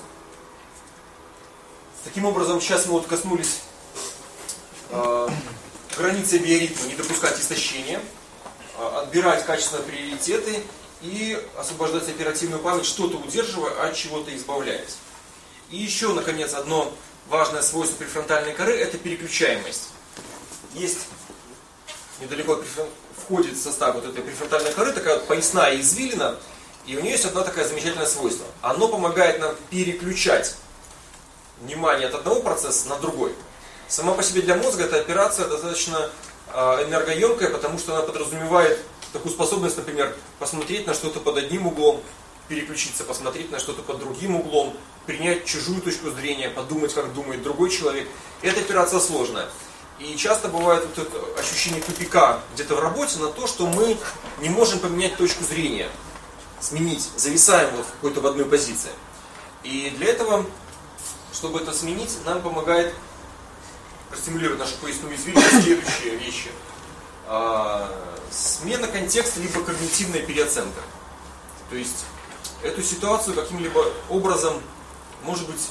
Таким образом, сейчас мы вот коснулись э, границы биоритма, не допускать истощения, э, отбирать качественные приоритеты и освобождать оперативную память, что-то удерживая, а от чего-то избавляясь. И еще, наконец, одно важное свойство префронтальной коры – это переключаемость. Есть недалеко входит в состав вот этой префронтальной коры такая вот поясная извилина, и у нее есть одно такое замечательное свойство. Оно помогает нам переключать внимание от одного процесса на другой. Сама по себе для мозга эта операция достаточно энергоемкая, потому что она подразумевает такую способность, например, посмотреть на что-то под одним углом, переключиться, посмотреть на что-то под другим углом, принять чужую точку зрения, подумать, как думает другой человек. Эта операция сложная. И часто бывает вот это ощущение тупика где-то в работе на то, что мы не можем поменять точку зрения, сменить, зависаем вот какой-то в одной позиции. И для этого, чтобы это сменить, нам помогает простимулировать нашу поясную извилину следующие вещи. А, смена контекста, либо когнитивная переоценка. То есть эту ситуацию каким-либо образом, может быть,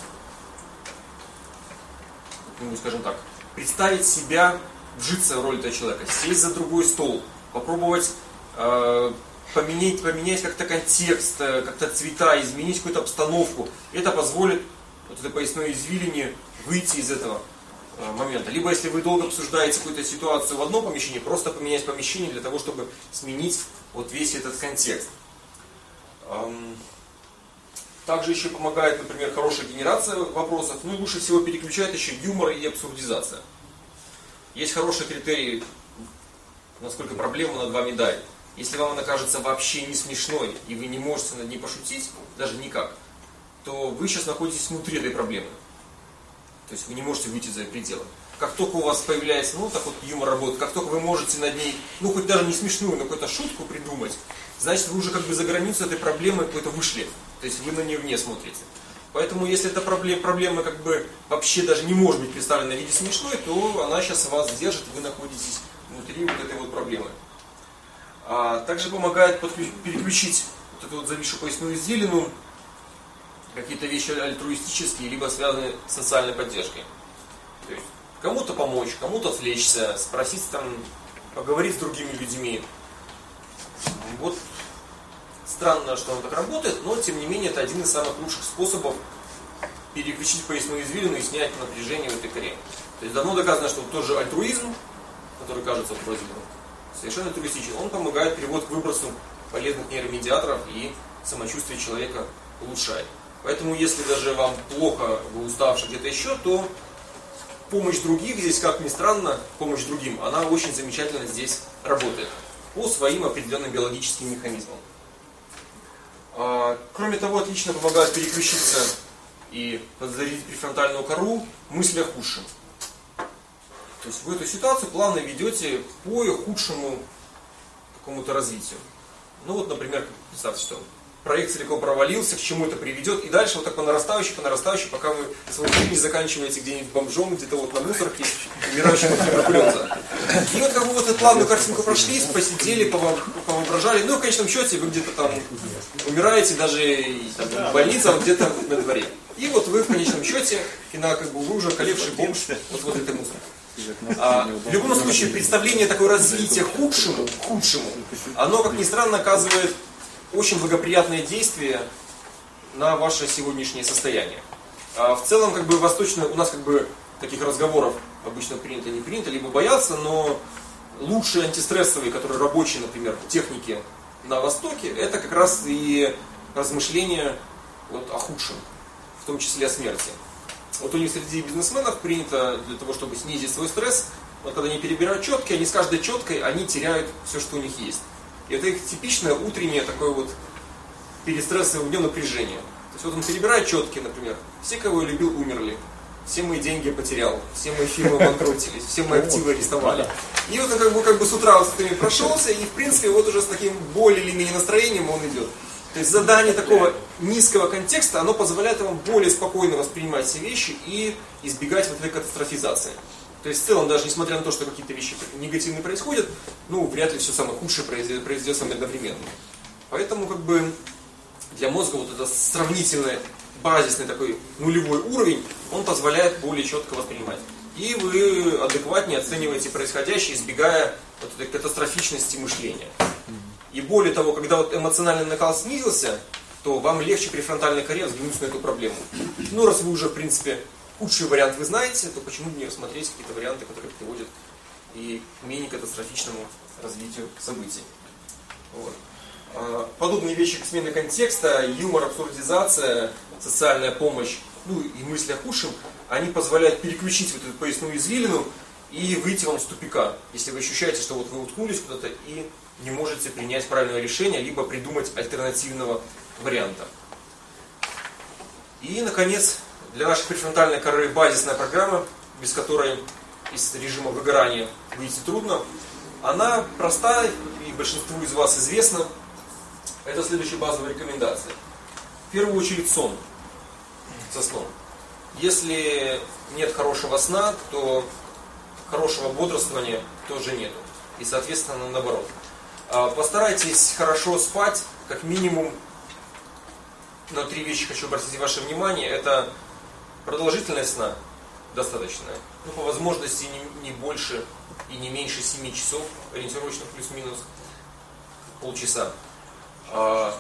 ну, скажем так, представить себя, вжиться в роль этого человека, сесть за другой стол, попробовать э, поменять, поменять как-то контекст, как-то цвета, изменить какую-то обстановку. Это позволит вот этой поясной извилине выйти из этого э, момента. Либо если вы долго обсуждаете какую-то ситуацию в одном помещении, просто поменять помещение для того, чтобы сменить вот весь этот контекст. Эм, Также еще помогает, например, хорошая генерация вопросов. Ну и лучше всего переключает еще юмор и абсурдизация. Есть хорошие критерии, насколько проблема над вами давит. Если вам она кажется вообще не смешной, и вы не можете над ней пошутить, даже никак, то вы сейчас находитесь внутри этой проблемы. То есть вы не можете выйти за пределы. Как только у вас появляется, ну так вот юмор работает, как только вы можете над ней, ну хоть даже не смешную, но какую-то шутку придумать, значит вы уже как бы за границу этой проблемы какой-то вышли. То есть вы на нее вне смотрите. Поэтому если эта проблема, проблема как бы вообще даже не может быть представлена в виде смешной, то она сейчас вас держит, и вы находитесь внутри вот этой вот проблемы. А также помогает подключ... переключить вот эту вот зависшую поясную извилину, какие-то вещи альтруистические, либо связанные с социальной поддержкой. То есть кому-то помочь, кому-то отвлечься, спросить там, поговорить с другими людьми. Вот странно, что оно так работает, но тем не менее это один из самых лучших способов переключить поясную извилину и снять напряжение в этой коре. То есть давно доказано, что тот же альтруизм, который кажется вроде бы совершенно альтруистичен, он помогает привод к выбросу полезных нейромедиаторов и самочувствие человека улучшает. Поэтому если даже вам плохо, вы уставший где-то еще, то помощь других здесь, как ни странно, помощь другим, она очень замечательно здесь работает по своим определенным биологическим механизмам. Кроме того, отлично помогает переключиться и подзарядить префронтальную кору мысли о худшем. То есть вы эту ситуацию плавно ведете по худшему какому-то развитию. Ну вот, например, представьте, что проект целиком провалился, к чему это приведет, и дальше вот так по нарастающей, по нарастающей, пока вы свою жизнь не заканчиваете где-нибудь бомжом, где-то вот на мусорке, умирающим от туберкулеза. И вот как бы вот эту плавную картинку прошли, посидели, повоображали, ну в конечном счете вы где-то там умираете, даже там, в больнице, а где-то на дворе. И вот вы в конечном счете, финал как бы вы уже околевший бомж вот в этой мусорке. А, в любом случае, представление такое развитие худшему, худшему, оно, как ни странно, оказывает очень благоприятное действие на ваше сегодняшнее состояние. А в целом, как бы восточно, у нас как бы таких разговоров обычно принято, не принято, либо боятся, но лучшие антистрессовые, которые рабочие, например, техники на Востоке, это как раз и размышления вот о худшем, в том числе о смерти. Вот у них среди бизнесменов принято для того, чтобы снизить свой стресс, вот когда они перебирают четки, они с каждой четкой они теряют все, что у них есть. И это их типичное утреннее такое вот перестрессовое днем напряжение. То есть вот он перебирает четки, например, все, кого я любил, умерли, все мои деньги я потерял, все мои фирмы обанкротились, все мои активы арестовали. И вот он как бы, как бы с утра вот с этими прошелся, и в принципе вот уже с таким более или менее настроением он идет. То есть задание такого низкого контекста, оно позволяет вам более спокойно воспринимать все вещи и избегать вот этой катастрофизации. То есть в целом, даже несмотря на то, что какие-то вещи негативные происходят, ну, вряд ли все самое худшее произойдет, произойдет самое одновременно. Поэтому, как бы, для мозга вот этот сравнительный, базисный такой нулевой уровень, он позволяет более четко воспринимать. И вы адекватнее оцениваете происходящее, избегая вот этой катастрофичности мышления. И более того, когда вот эмоциональный накал снизился, то вам легче при фронтальной коре взглянуть на эту проблему. Ну, раз вы уже, в принципе, худший вариант вы знаете, то почему бы не рассмотреть какие-то варианты, которые приводят и к менее катастрофичному развитию событий. Вот. Подобные вещи, как смена контекста, юмор, абсурдизация, социальная помощь, ну и мысли о худшем, они позволяют переключить вот эту поясную извилину и выйти вам с тупика, если вы ощущаете, что вот вы уткнулись куда-то и не можете принять правильное решение, либо придумать альтернативного варианта. И, наконец, для нашей префронтальной коры базисная программа, без которой из режима выгорания выйти трудно, она проста и большинству из вас известна. Это следующая базовая рекомендация. В первую очередь сон. Со сном. Если нет хорошего сна, то хорошего бодрствования тоже нету. И, соответственно, наоборот. Постарайтесь хорошо спать, как минимум. На три вещи хочу обратить ваше внимание. Это продолжительность сна достаточная. Ну, по возможности не, не больше и не меньше семи часов, ориентировочно плюс-минус полчаса. А,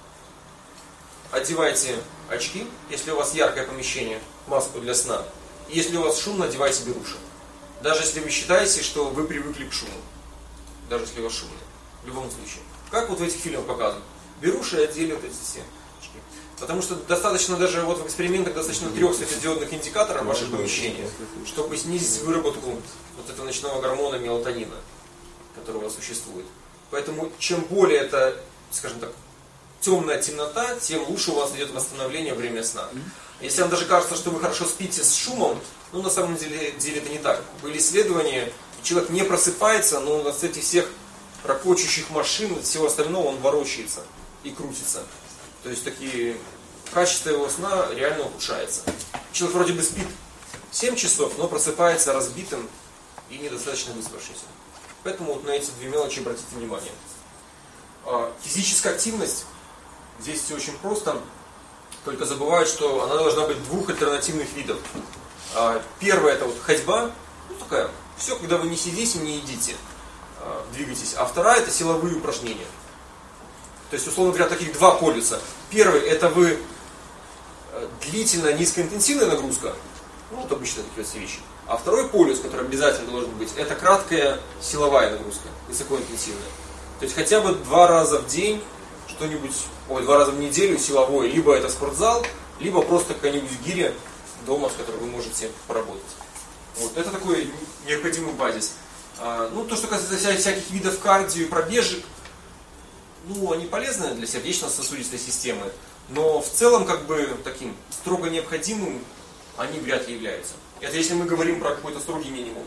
одевайте очки, если у вас яркое помещение, маску для сна. И если у вас шумно, одевайте беруши. Даже если вы считаете, что вы привыкли к шуму. Даже если у вас шумно. В любом случае. Как вот в этих фильмах показывают. Беруши и одели вот эти все очки. Потому что достаточно даже вот в экспериментах достаточно трех светодиодных индикаторов в вашем помещении, чтобы снизить выработку вот этого ночного гормона мелатонина, который у вас существует. Поэтому чем более это, скажем так, темная темнота, тем лучше у вас идет восстановление во время сна. Если вам даже кажется, что вы хорошо спите с шумом, ну на самом деле, деле это не так. Были исследования, человек не просыпается, но от этих всех ракочущих машин и всего остального он ворочается и крутится. То есть такие качество его сна реально ухудшается. Человек вроде бы спит семь часов, но просыпается разбитым и недостаточно выспавшимся. Поэтому вот на эти две мелочи обратите внимание. Физическая активность. Здесь все очень просто. Только забывают, что она должна быть двух альтернативных видов. Первое это вот ходьба. Ну такая. Все, когда вы не сидите, не едите. Двигайтесь. А вторая это силовые упражнения. То есть, условно говоря, таких два полюса. Первый это вы длительная низкоинтенсивная нагрузка. Ну, вот обычно такие вот вещи. А второй полюс, который обязательно должен быть, это краткая силовая нагрузка, высокоинтенсивная. То есть хотя бы два раза в день что-нибудь, ой, два раза в неделю силовой, либо это спортзал, либо просто какая-нибудь гиря дома, с которой вы можете поработать. Вот, это такой необходимый базис. А, ну, то, что касается всяких видов кардио и пробежек, ну, они полезны для сердечно-сосудистой системы, но в целом, как бы, таким строго необходимым они вряд ли являются. Это если мы говорим про какой-то строгий минимум.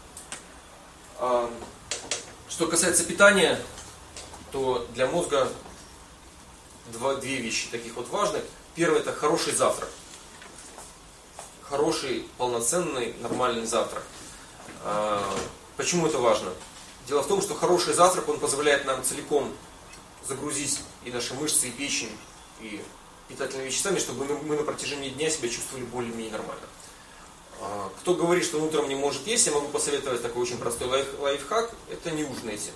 А, что касается питания, то для мозга два, две вещи таких вот важных. Первое это хороший завтрак. Хороший, полноценный, нормальный завтрак. А, почему это важно? Дело в том, что хороший завтрак, он позволяет нам целиком загрузить и наши мышцы, и печень, и питательными веществами, чтобы мы на протяжении дня себя чувствовали более-менее нормально. Кто говорит, что он утром не может есть, я могу посоветовать такой очень простой лайф, лайфхак. Это не ужинайте.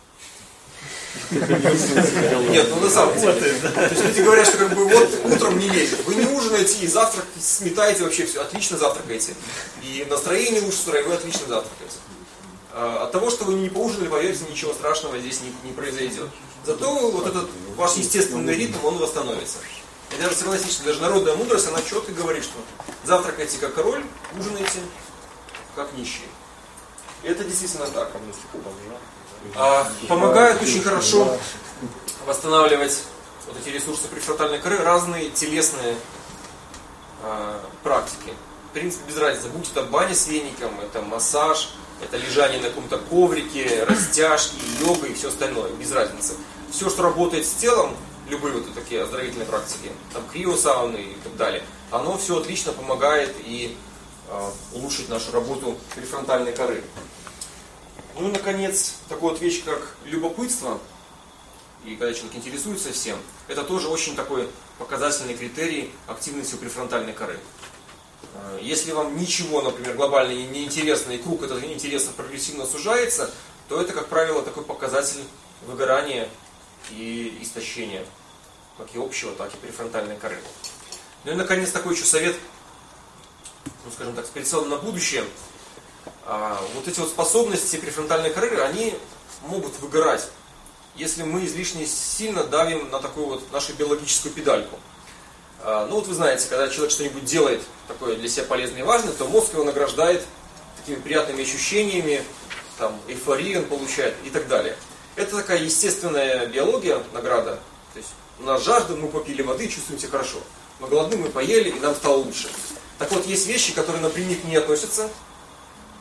Нет, ну на самом деле. То есть люди говорят, что как бы вот утром не лезет. Вы не ужинаете и завтрак сметаете вообще все. Отлично завтракаете. И настроение лучше строить, вы отлично завтракаете. От того, что вы не поужинали, поверьте, ничего страшного здесь не, не произойдет. Зато вот этот ваш естественный ритм, он восстановится. И даже согласитесь, что даже народная мудрость, она четко говорит, что завтракайте как король, ужинайте как нищий. И это действительно так. А, помогают очень хорошо восстанавливать вот эти ресурсы префронтальной коры разные телесные а, практики. В принципе, без разницы, будь это баня с веником, это массаж, это лежание на каком-то коврике, растяжки, йога и все остальное, без разницы. Все, что работает с телом, любые вот такие оздоровительные практики, там криосауны и так далее, оно все отлично помогает и э, улучшить нашу работу префронтальной коры. Ну и, наконец, такая вот вещь, как любопытство, и когда человек интересуется всем, это тоже очень такой показательный критерий активности префронтальной коры. Если вам ничего, например, глобально не интересно, и круг этого интереса прогрессивно сужается, то это, как правило, такой показатель выгорания и истощения, как и общего, так и префронтальной коры. Ну и, наконец, такой еще совет, ну, скажем так, с прицелом на будущее. А, вот эти вот способности префронтальной коры, они могут выгорать, если мы излишне сильно давим на такую вот нашу биологическую педальку. Ну вот вы знаете, когда человек что-нибудь делает такое для себя полезное и важное, то мозг его награждает такими приятными ощущениями, там, эйфорию он получает и так далее. Это такая естественная биология, награда. То есть у нас жажда, мы попили воды, чувствуем себя хорошо. Мы голодны, мы поели, и нам стало лучше. Так вот, есть вещи, которые напрямик не относятся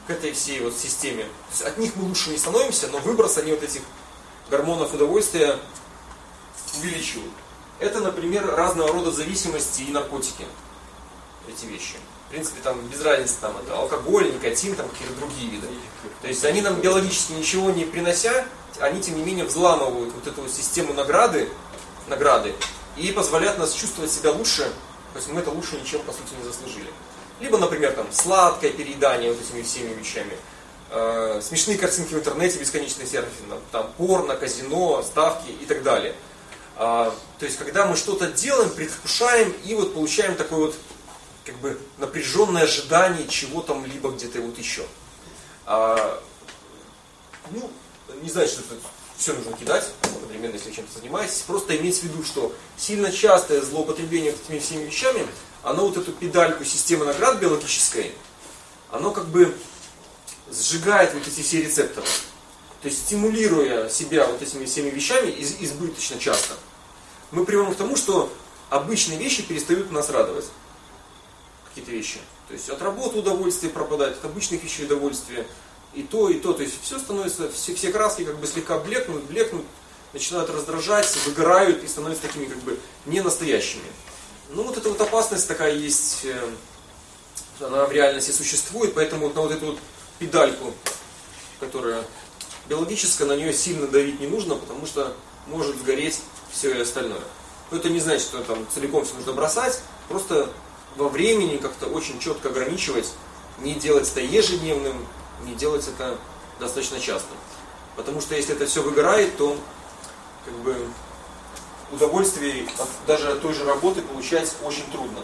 к этой всей вот системе. То есть от них мы лучше не становимся, но выброс они вот этих гормонов удовольствия увеличивают. Это, например, разного рода зависимости и наркотики. Эти вещи. В принципе, там без разницы, там это алкоголь, никотин, там какие-то другие виды. То есть они нам биологически ничего не принося, они тем не менее взламывают вот эту вот систему награды, награды и позволяют нас чувствовать себя лучше, то есть мы это лучше ничем по сути не заслужили. Либо, например, там сладкое переедание вот этими всеми вещами, э, смешные картинки в интернете, бесконечный серфинг, там порно, казино, ставки и так далее. А, то есть когда мы что-то делаем, предвкушаем и вот получаем такой вот как бы напряженное ожидание чего там либо где-то вот еще. А, ну, не значит, что это все нужно кидать, одновременно, если вы чем-то занимаетесь. Просто иметь в виду, что сильно частое злоупотребление этими всеми вещами, оно вот эту педальку системы наград биологической, оно как бы сжигает вот эти все рецепторы. То есть стимулируя себя вот этими всеми вещами из- избыточно часто, мы приводим к тому, что обычные вещи перестают нас радовать. Какие-то вещи. То есть от работы удовольствие пропадает, от обычных вещей удовольствие. И то, и то. То есть все становится, все, все краски как бы слегка блекнут, блекнут, начинают раздражать, выгорают и становятся такими как бы ненастоящими. Ну вот эта вот опасность такая есть, она в реальности существует, поэтому вот на вот эту вот педальку, которая биологическая, на нее сильно давить не нужно, потому что может сгореть все и остальное. Но это не значит, что там целиком все нужно бросать, просто во времени как-то очень четко ограничивать, не делать это ежедневным, не делать это достаточно часто. Потому что если это все выгорает, то как бы удовольствие от даже от той же работы получать очень трудно.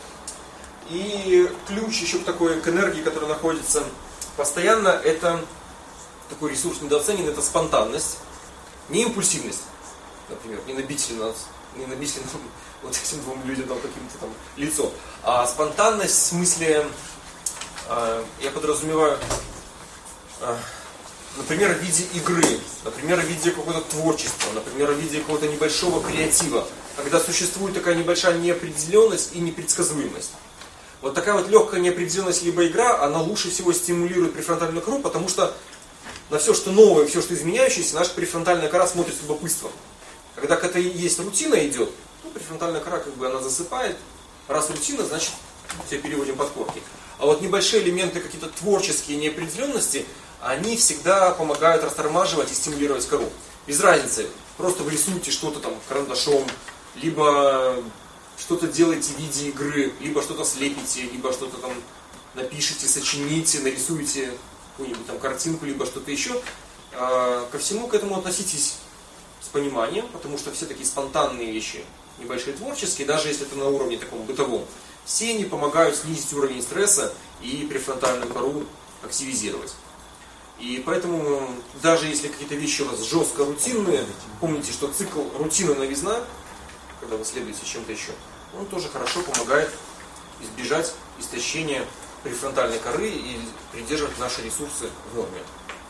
И ключ еще к такой к энергии, которая находится постоянно, это такой ресурс недооценен, это спонтанность, не импульсивность, например, не набить ли нас, не набить ли нам вот этим двум людям там каким-то там лицо, а спонтанность в смысле, э, я подразумеваю, э, например, в виде игры, например, в виде какого-то творчества, например, в виде какого-то небольшого креатива, когда существует такая небольшая неопределенность и непредсказуемость. Вот такая вот легкая неопределенность либо игра, она лучше всего стимулирует префронтальную кору, потому что на все, что новое, все, что изменяющееся, наша префронтальная кора смотрит с любопытством. Когда какая-то есть рутина идет, то префронтальная кора как бы она засыпает. Раз рутина, значит все переводим под корки. А вот небольшие элементы, какие-то творческие неопределенности, они всегда помогают растормаживать и стимулировать кору. Без разницы, просто вы рисуете что-то там карандашом, либо что-то делаете в виде игры, либо что-то слепите, либо что-то там напишите, сочините, нарисуете какую-нибудь там картинку, либо что-то еще. Ко всему к этому относитесь с пониманием, потому что все такие спонтанные вещи, небольшие творческие, даже если это на уровне таком бытовом, все они помогают снизить уровень стресса и префронтальную кору активизировать. И поэтому, даже если какие-то вещи у вас жестко рутинные, помните, что цикл рутина-новизна, когда вы следуете чем-то еще, он тоже хорошо помогает избежать истощения префронтальной коры и придерживать наши ресурсы в норме.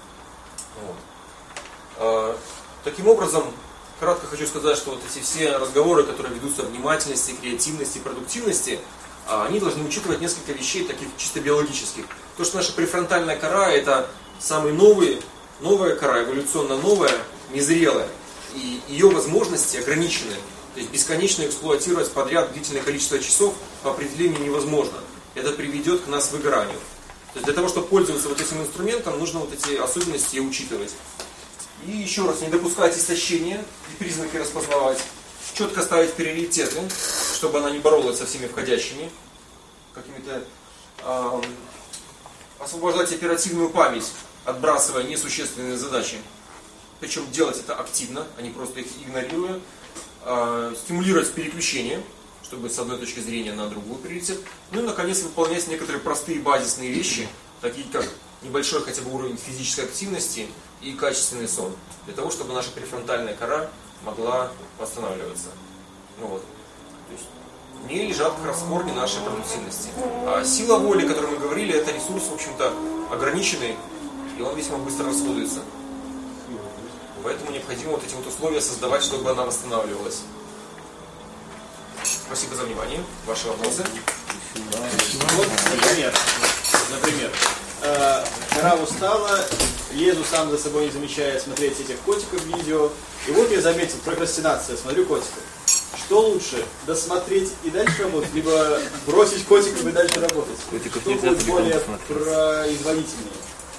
Вот. Таким образом, кратко хочу сказать, что вот эти все разговоры, которые ведутся о внимательности, креативности, продуктивности, они должны учитывать несколько вещей, таких чисто биологических. То, что наша префронтальная кора – это самый новый, новая кора, эволюционно новая, незрелая. И ее возможности ограничены. То есть бесконечно эксплуатировать подряд длительное количество часов по определению невозможно. Это приведет к нас выгоранию. То есть для того, чтобы пользоваться вот этим инструментом, нужно вот эти особенности учитывать. И еще раз, не допускать истощения и признаки распознавать. Четко ставить приоритеты, чтобы она не боролась со всеми входящими. Какими-то э, освобождать оперативную память, отбрасывая несущественные задачи. Причем делать это активно, а не просто их игнорируя. Э, стимулировать переключение, чтобы с одной точки зрения на другую приоритет. Ну и, наконец, выполнять некоторые простые базисные вещи, такие как небольшой хотя бы уровень физической активности и качественный сон, для того, чтобы наша префронтальная кора могла восстанавливаться. Ну вот. То есть в ней лежат как раз корни нашей продуктивности. А сила воли, о которой мы говорили, это ресурс, в общем-то, ограниченный, и он весьма быстро расходуется. Поэтому необходимо вот эти вот условия создавать, чтобы она восстанавливалась. Спасибо за внимание. Ваши вопросы? Вот, например, например, э, жена устала, лезу сам за собой, не замечая, смотреть этих котиков видео. И вот я заметил, прокрастинация, смотрю котиков. Что лучше, досмотреть и дальше работать, либо бросить котиков и дальше работать? Котиков Что нельзя будет целиком более досматривать. производительнее?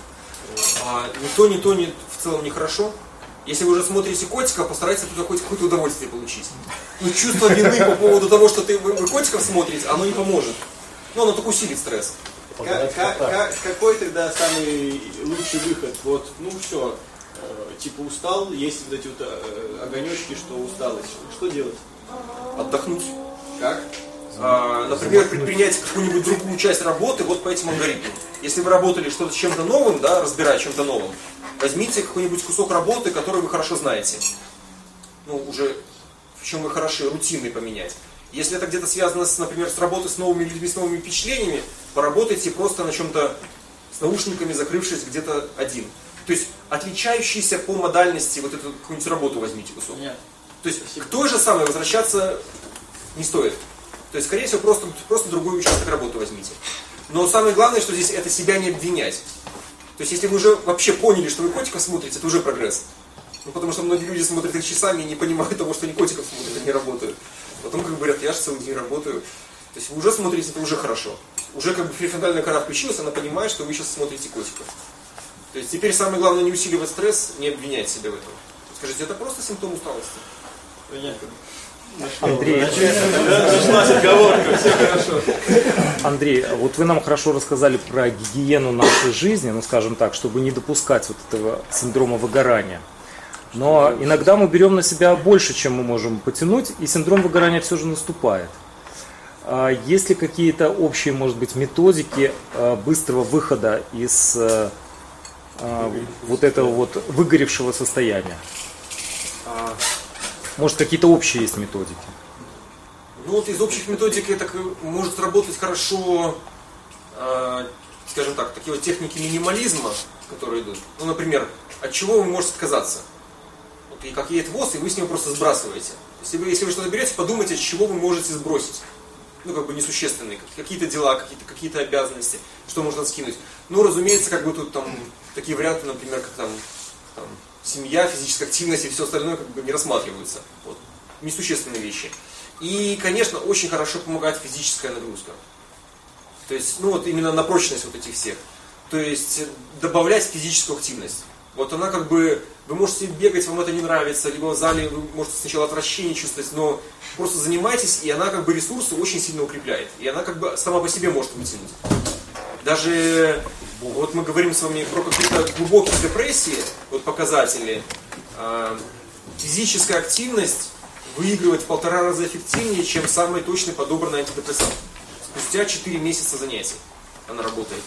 А, ни то, ни то, ни, в целом нехорошо. Если вы уже смотрите котика, постарайтесь оттуда хоть какое-то удовольствие получить. Ну, чувство вины по поводу того, что ты, вы, вы котиков смотрите, оно не поможет. Ну, оно только усилит стресс. Как, как, как, какой тогда самый лучший выход? Вот, ну все, э, типа устал, есть вот эти вот э, огонечки, что усталость. Что делать? Отдохнуть. Как? А, например, предпринять какую-нибудь другую часть работы вот по этим алгоритмам. Если вы работали что-то с чем-то новым, да, разбирая чем-то новым, возьмите какой-нибудь кусок работы, который вы хорошо знаете. Ну, уже в чем вы хороши, рутинный поменять. Если это где-то связано, с, например, с работой с новыми людьми, с новыми впечатлениями, поработайте просто на чем-то с наушниками, закрывшись где-то один. То есть отличающийся по модальности вот эту какую-нибудь работу возьмите кусок. Нет. То есть к той же самой возвращаться не стоит. То есть, скорее всего, просто, просто другой участок работы возьмите. Но самое главное, что здесь это себя не обвинять. То есть, если вы уже вообще поняли, что вы котиков смотрите, это уже прогресс. Ну, потому что многие люди смотрят их часами и не понимают того, что они котиков смотрят, они работают. Потом, как говорят, я же целый день работаю. То есть, вы уже смотрите, это уже хорошо. Уже как бы префронтальная кора включилась, она понимает, что вы сейчас смотрите котиков. То есть, теперь самое главное не усиливать стресс, не обвинять себя в этом. Скажите, это просто симптом усталости. Понятно. Андрей, Нашлась отговорка, все хорошо. Андрей, вот вы нам хорошо рассказали про гигиену нашей жизни, ну скажем так, чтобы не допускать вот этого синдрома выгорания. Но иногда мы берем на себя больше, чем мы можем потянуть, и синдром выгорания все же наступает. А есть ли какие-то общие, может быть, методики быстрого выхода из вот этого вот выгоревшего состояния? Может, какие-то общие есть методики? Ну вот из общих методик это может работать хорошо, э, скажем так, такие вот техники минимализма, которые идут. Ну, например, от чего вы можете отказаться? Вот, и как едет ВОЗ, и вы с него просто сбрасываете. Если вы, если вы что-то берете, подумайте, с чего вы можете сбросить. Ну, как бы несущественные, какие-то дела, какие-то, какие-то обязанности, что можно скинуть. Ну, разумеется, как бы тут там такие варианты, например, как там, там семья, физическая активность и все остальное как бы не рассматриваются. Вот. Несущественные вещи. И, конечно, очень хорошо помогает физическая нагрузка. То есть, ну вот именно на прочность вот этих всех. То есть, добавлять физическую активность. Вот она как бы, вы можете бегать, вам это не нравится, либо в зале вы можете сначала отвращение чувствовать, но просто занимайтесь, и она как бы ресурсы очень сильно укрепляет. И она как бы сама по себе может вытянуть. Даже вот мы говорим с вами про какие-то глубокие депрессии, вот показатели. Физическая активность выигрывает в полтора раза эффективнее, чем самый точный подобранный антидепрессант. Спустя четыре месяца занятий она работает.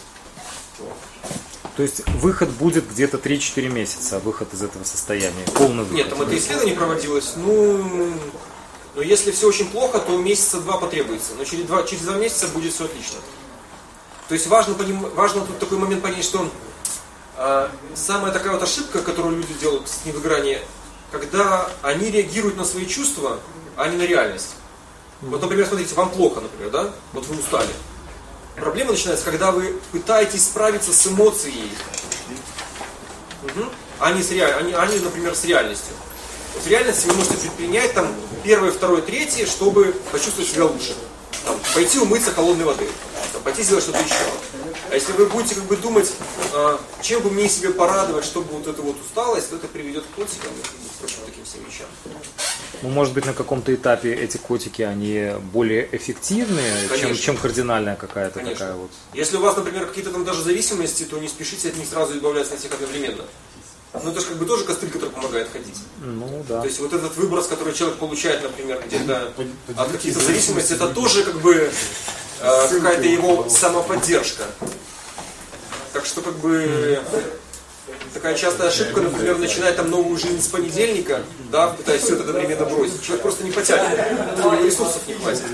То есть выход будет где-то три-четыре месяца, выход из этого состояния, полный выход. Нет, там это исследование проводилось. Ну, но если все очень плохо, то месяца два потребуется. Но через два, через два месяца будет все отлично. То есть важно, важно тут такой момент понять, что э, самая такая вот ошибка, которую люди делают с невыгоранием, когда они реагируют на свои чувства, а не на реальность. Вот, например, смотрите, вам плохо, например, да? Вот вы устали. Проблема начинается, когда вы пытаетесь справиться с эмоцией, угу. а, не с реаль... а, не, а не, например, с реальностью. Вот в реальности вы можете предпринять там первое, второе, третье, чтобы почувствовать себя лучше. Там, пойти умыться холодной водой, там, пойти сделать что-то еще. А если вы будете как бы думать, а, чем бы мне себе порадовать, чтобы вот эту вот усталость, то это приведет к котикам и к прочим таким всем вещам. Ну, может быть, на каком-то этапе эти котики, они более эффективные, чем, чем кардинальная какая-то Конечно. такая вот. Если у вас, например, какие-то там даже зависимости, то не спешите от них сразу избавляться на всех одновременно. Ну, это же как бы тоже костыль, который помогает ходить. Ну, да. То есть вот этот выброс, который человек получает, например, где-то от каких-то зависимостей, это тоже как бы э, какая-то его самоподдержка. Так что как бы такая частая ошибка, например, начинает там новую жизнь с понедельника, да, пытаясь все это одновременно бросить. Человек просто не потянет, у него ресурсов не хватит.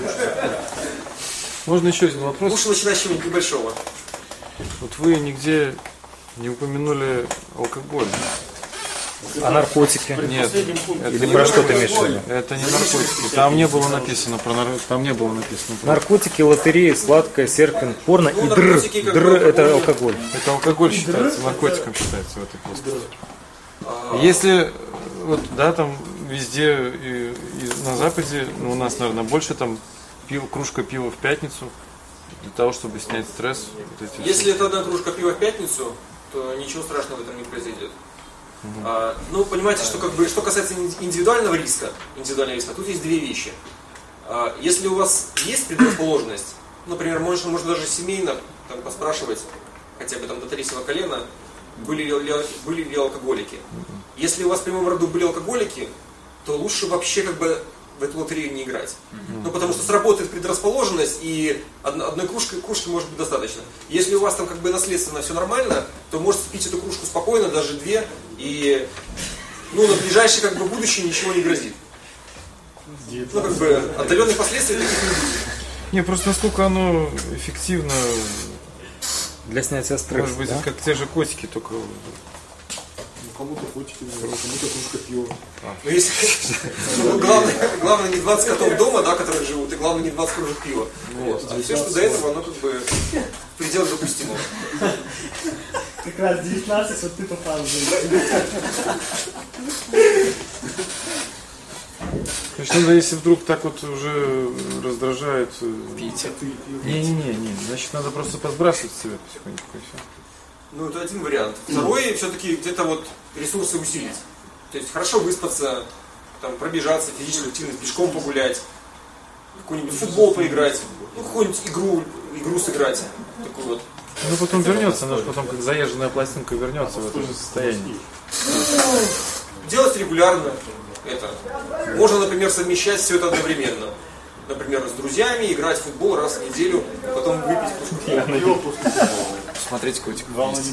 Можно еще один вопрос? Лучше начинать с чего-нибудь небольшого. Вот вы нигде не упомянули алкоголь. А наркотики? Нет, Или про что ты имеешь в виду? это не наркотики. Там не было написано про нар... там не было написано про... Наркотики, лотереи, сладкое, серфинг, порно Ну, и др. наркотики как бы Др это алкоголь. алкоголь. Это алкоголь считается, наркотиком считается в этой плоскости. Если вот, да, там везде и, и на Западе, ну, у нас, наверное, больше там пиво, кружка пива в пятницу для того, чтобы снять стресс. Вот эти Если это одна кружка пива в пятницу, то ничего страшного в этом не произойдет. Угу. А, ну, понимаете, что как бы, что касается индивидуального риска, индивидуального риска, тут есть две вещи. А, если у вас есть предрасположенность, например, можно, можно даже семейно там, поспрашивать, хотя бы там до третьего колена, были ли, были ли алкоголики. Если у вас в прямом роду были алкоголики, то лучше вообще как бы в эту лотерею не играть. Mm-hmm. Ну, потому что сработает предрасположенность, и одной, одной кружки, кружки может быть достаточно. Если у вас там как бы наследственно все нормально, то можете пить эту кружку спокойно, даже две, и ну, на ближайшее как бы будущее ничего не грозит. Ну, как бы отдаленных последствий таких не будет. Не, просто насколько оно эффективно. Для снятия стресса. Может быть, да? как те же котики, только. Кому-то котики, кому-то кружка пива. Ну, если, ну, главное, главное не двадцать котов дома, да, которые живут, и главное не двадцать кружек пива. Вот. А все, что до этого, оно как бы в пределах допустимого. Как раз девятнадцать, вот ты попал в жизнь. Значит, надо, если вдруг так вот уже раздражает. Пейте. Не-не-не, не. Значит, надо просто подбрасывать себя потихонечку и все. Ну, это один вариант. Второй, все-таки где-то вот ресурсы усилить. То есть хорошо выспаться, там, пробежаться, физическую активность, пешком погулять, какой-нибудь футбол поиграть, ну, какую-нибудь игру, игру сыграть. Такую вот. Ну, потом вернется, она же потом как заезженная пластинка вернется в это же состояние. Делать регулярно это. Можно, например, совмещать все это одновременно. Например, с друзьями играть в футбол раз в неделю, потом выпить кружку. Смотреть котик.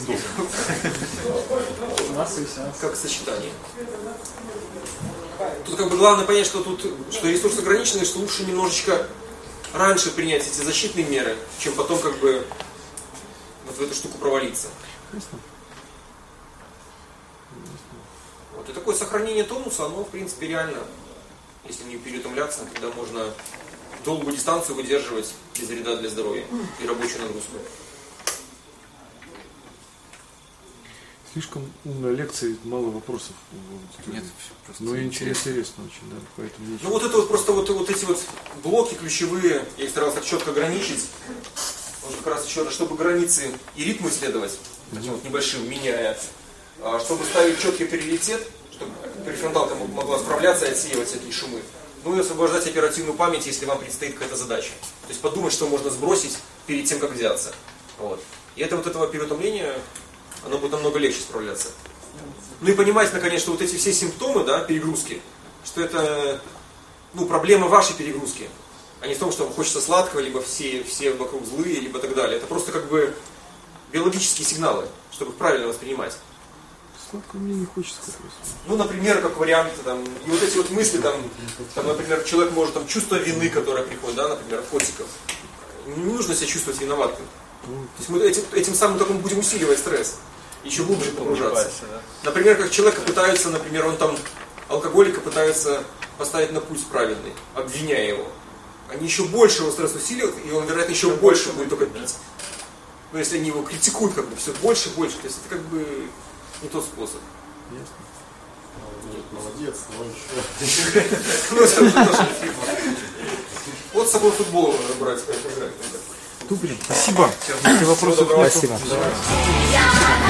Как сочетание. Тут как бы главное понять, что тут что ресурсы ограничены, что лучше немножечко раньше принять эти защитные меры, чем потом как бы вот в эту штуку провалиться. Вот. И такое сохранение тонуса, оно в принципе реально, если не переутомляться, тогда можно долгую дистанцию выдерживать без вреда для здоровья и рабочую нагрузку. Слишком умная лекция, мало вопросов. Нет, ну и интересно очень, да, поэтому ничего. Ну вот это вот просто вот, вот эти вот блоки ключевые, я их старался четко ограничить. Вот как раз еще раз, чтобы границы и ритмы исследовать, таким вот небольшим, меняя, чтобы ставить четкий приоритет, чтобы префронталка могла справляться и отсеивать всякие шумы. Ну и освобождать оперативную память, если вам предстоит какая-то задача. То есть подумать, что можно сбросить перед тем, как взяться. Вот. И это вот этого переутомления, оно будет намного легче справляться. Ну и понимать, наконец, что вот эти все симптомы, да, перегрузки, что это, ну, проблема вашей перегрузки, а не в том, что вам хочется сладкого, либо все, все вокруг злые, либо так далее. Это просто как бы биологические сигналы, чтобы их правильно воспринимать. Сладкого мне не хочется как раз. Ну, например, как вариант, там, и вот эти вот мысли, там, там, например, человек может, там, чувство вины, которое приходит, да, например, от котиков. Не нужно себя чувствовать виноватым. То есть мы этим, этим самым только будем усиливать стресс, еще глубже погружаться. Например, как человека пытаются, например, он там, алкоголика пытаются поставить на путь правильный, обвиняя его. Они еще больше его стресс усиливают, и он, вероятно, еще больше будет только пить. Но если они его критикуют, как бы, все больше и больше, то есть это как бы не тот способ. Ясно. Молодец, Вот с собой футбол надо брать, как играть. Ну, блин, спасибо. Если вопросов нет, Спасибо. Давай.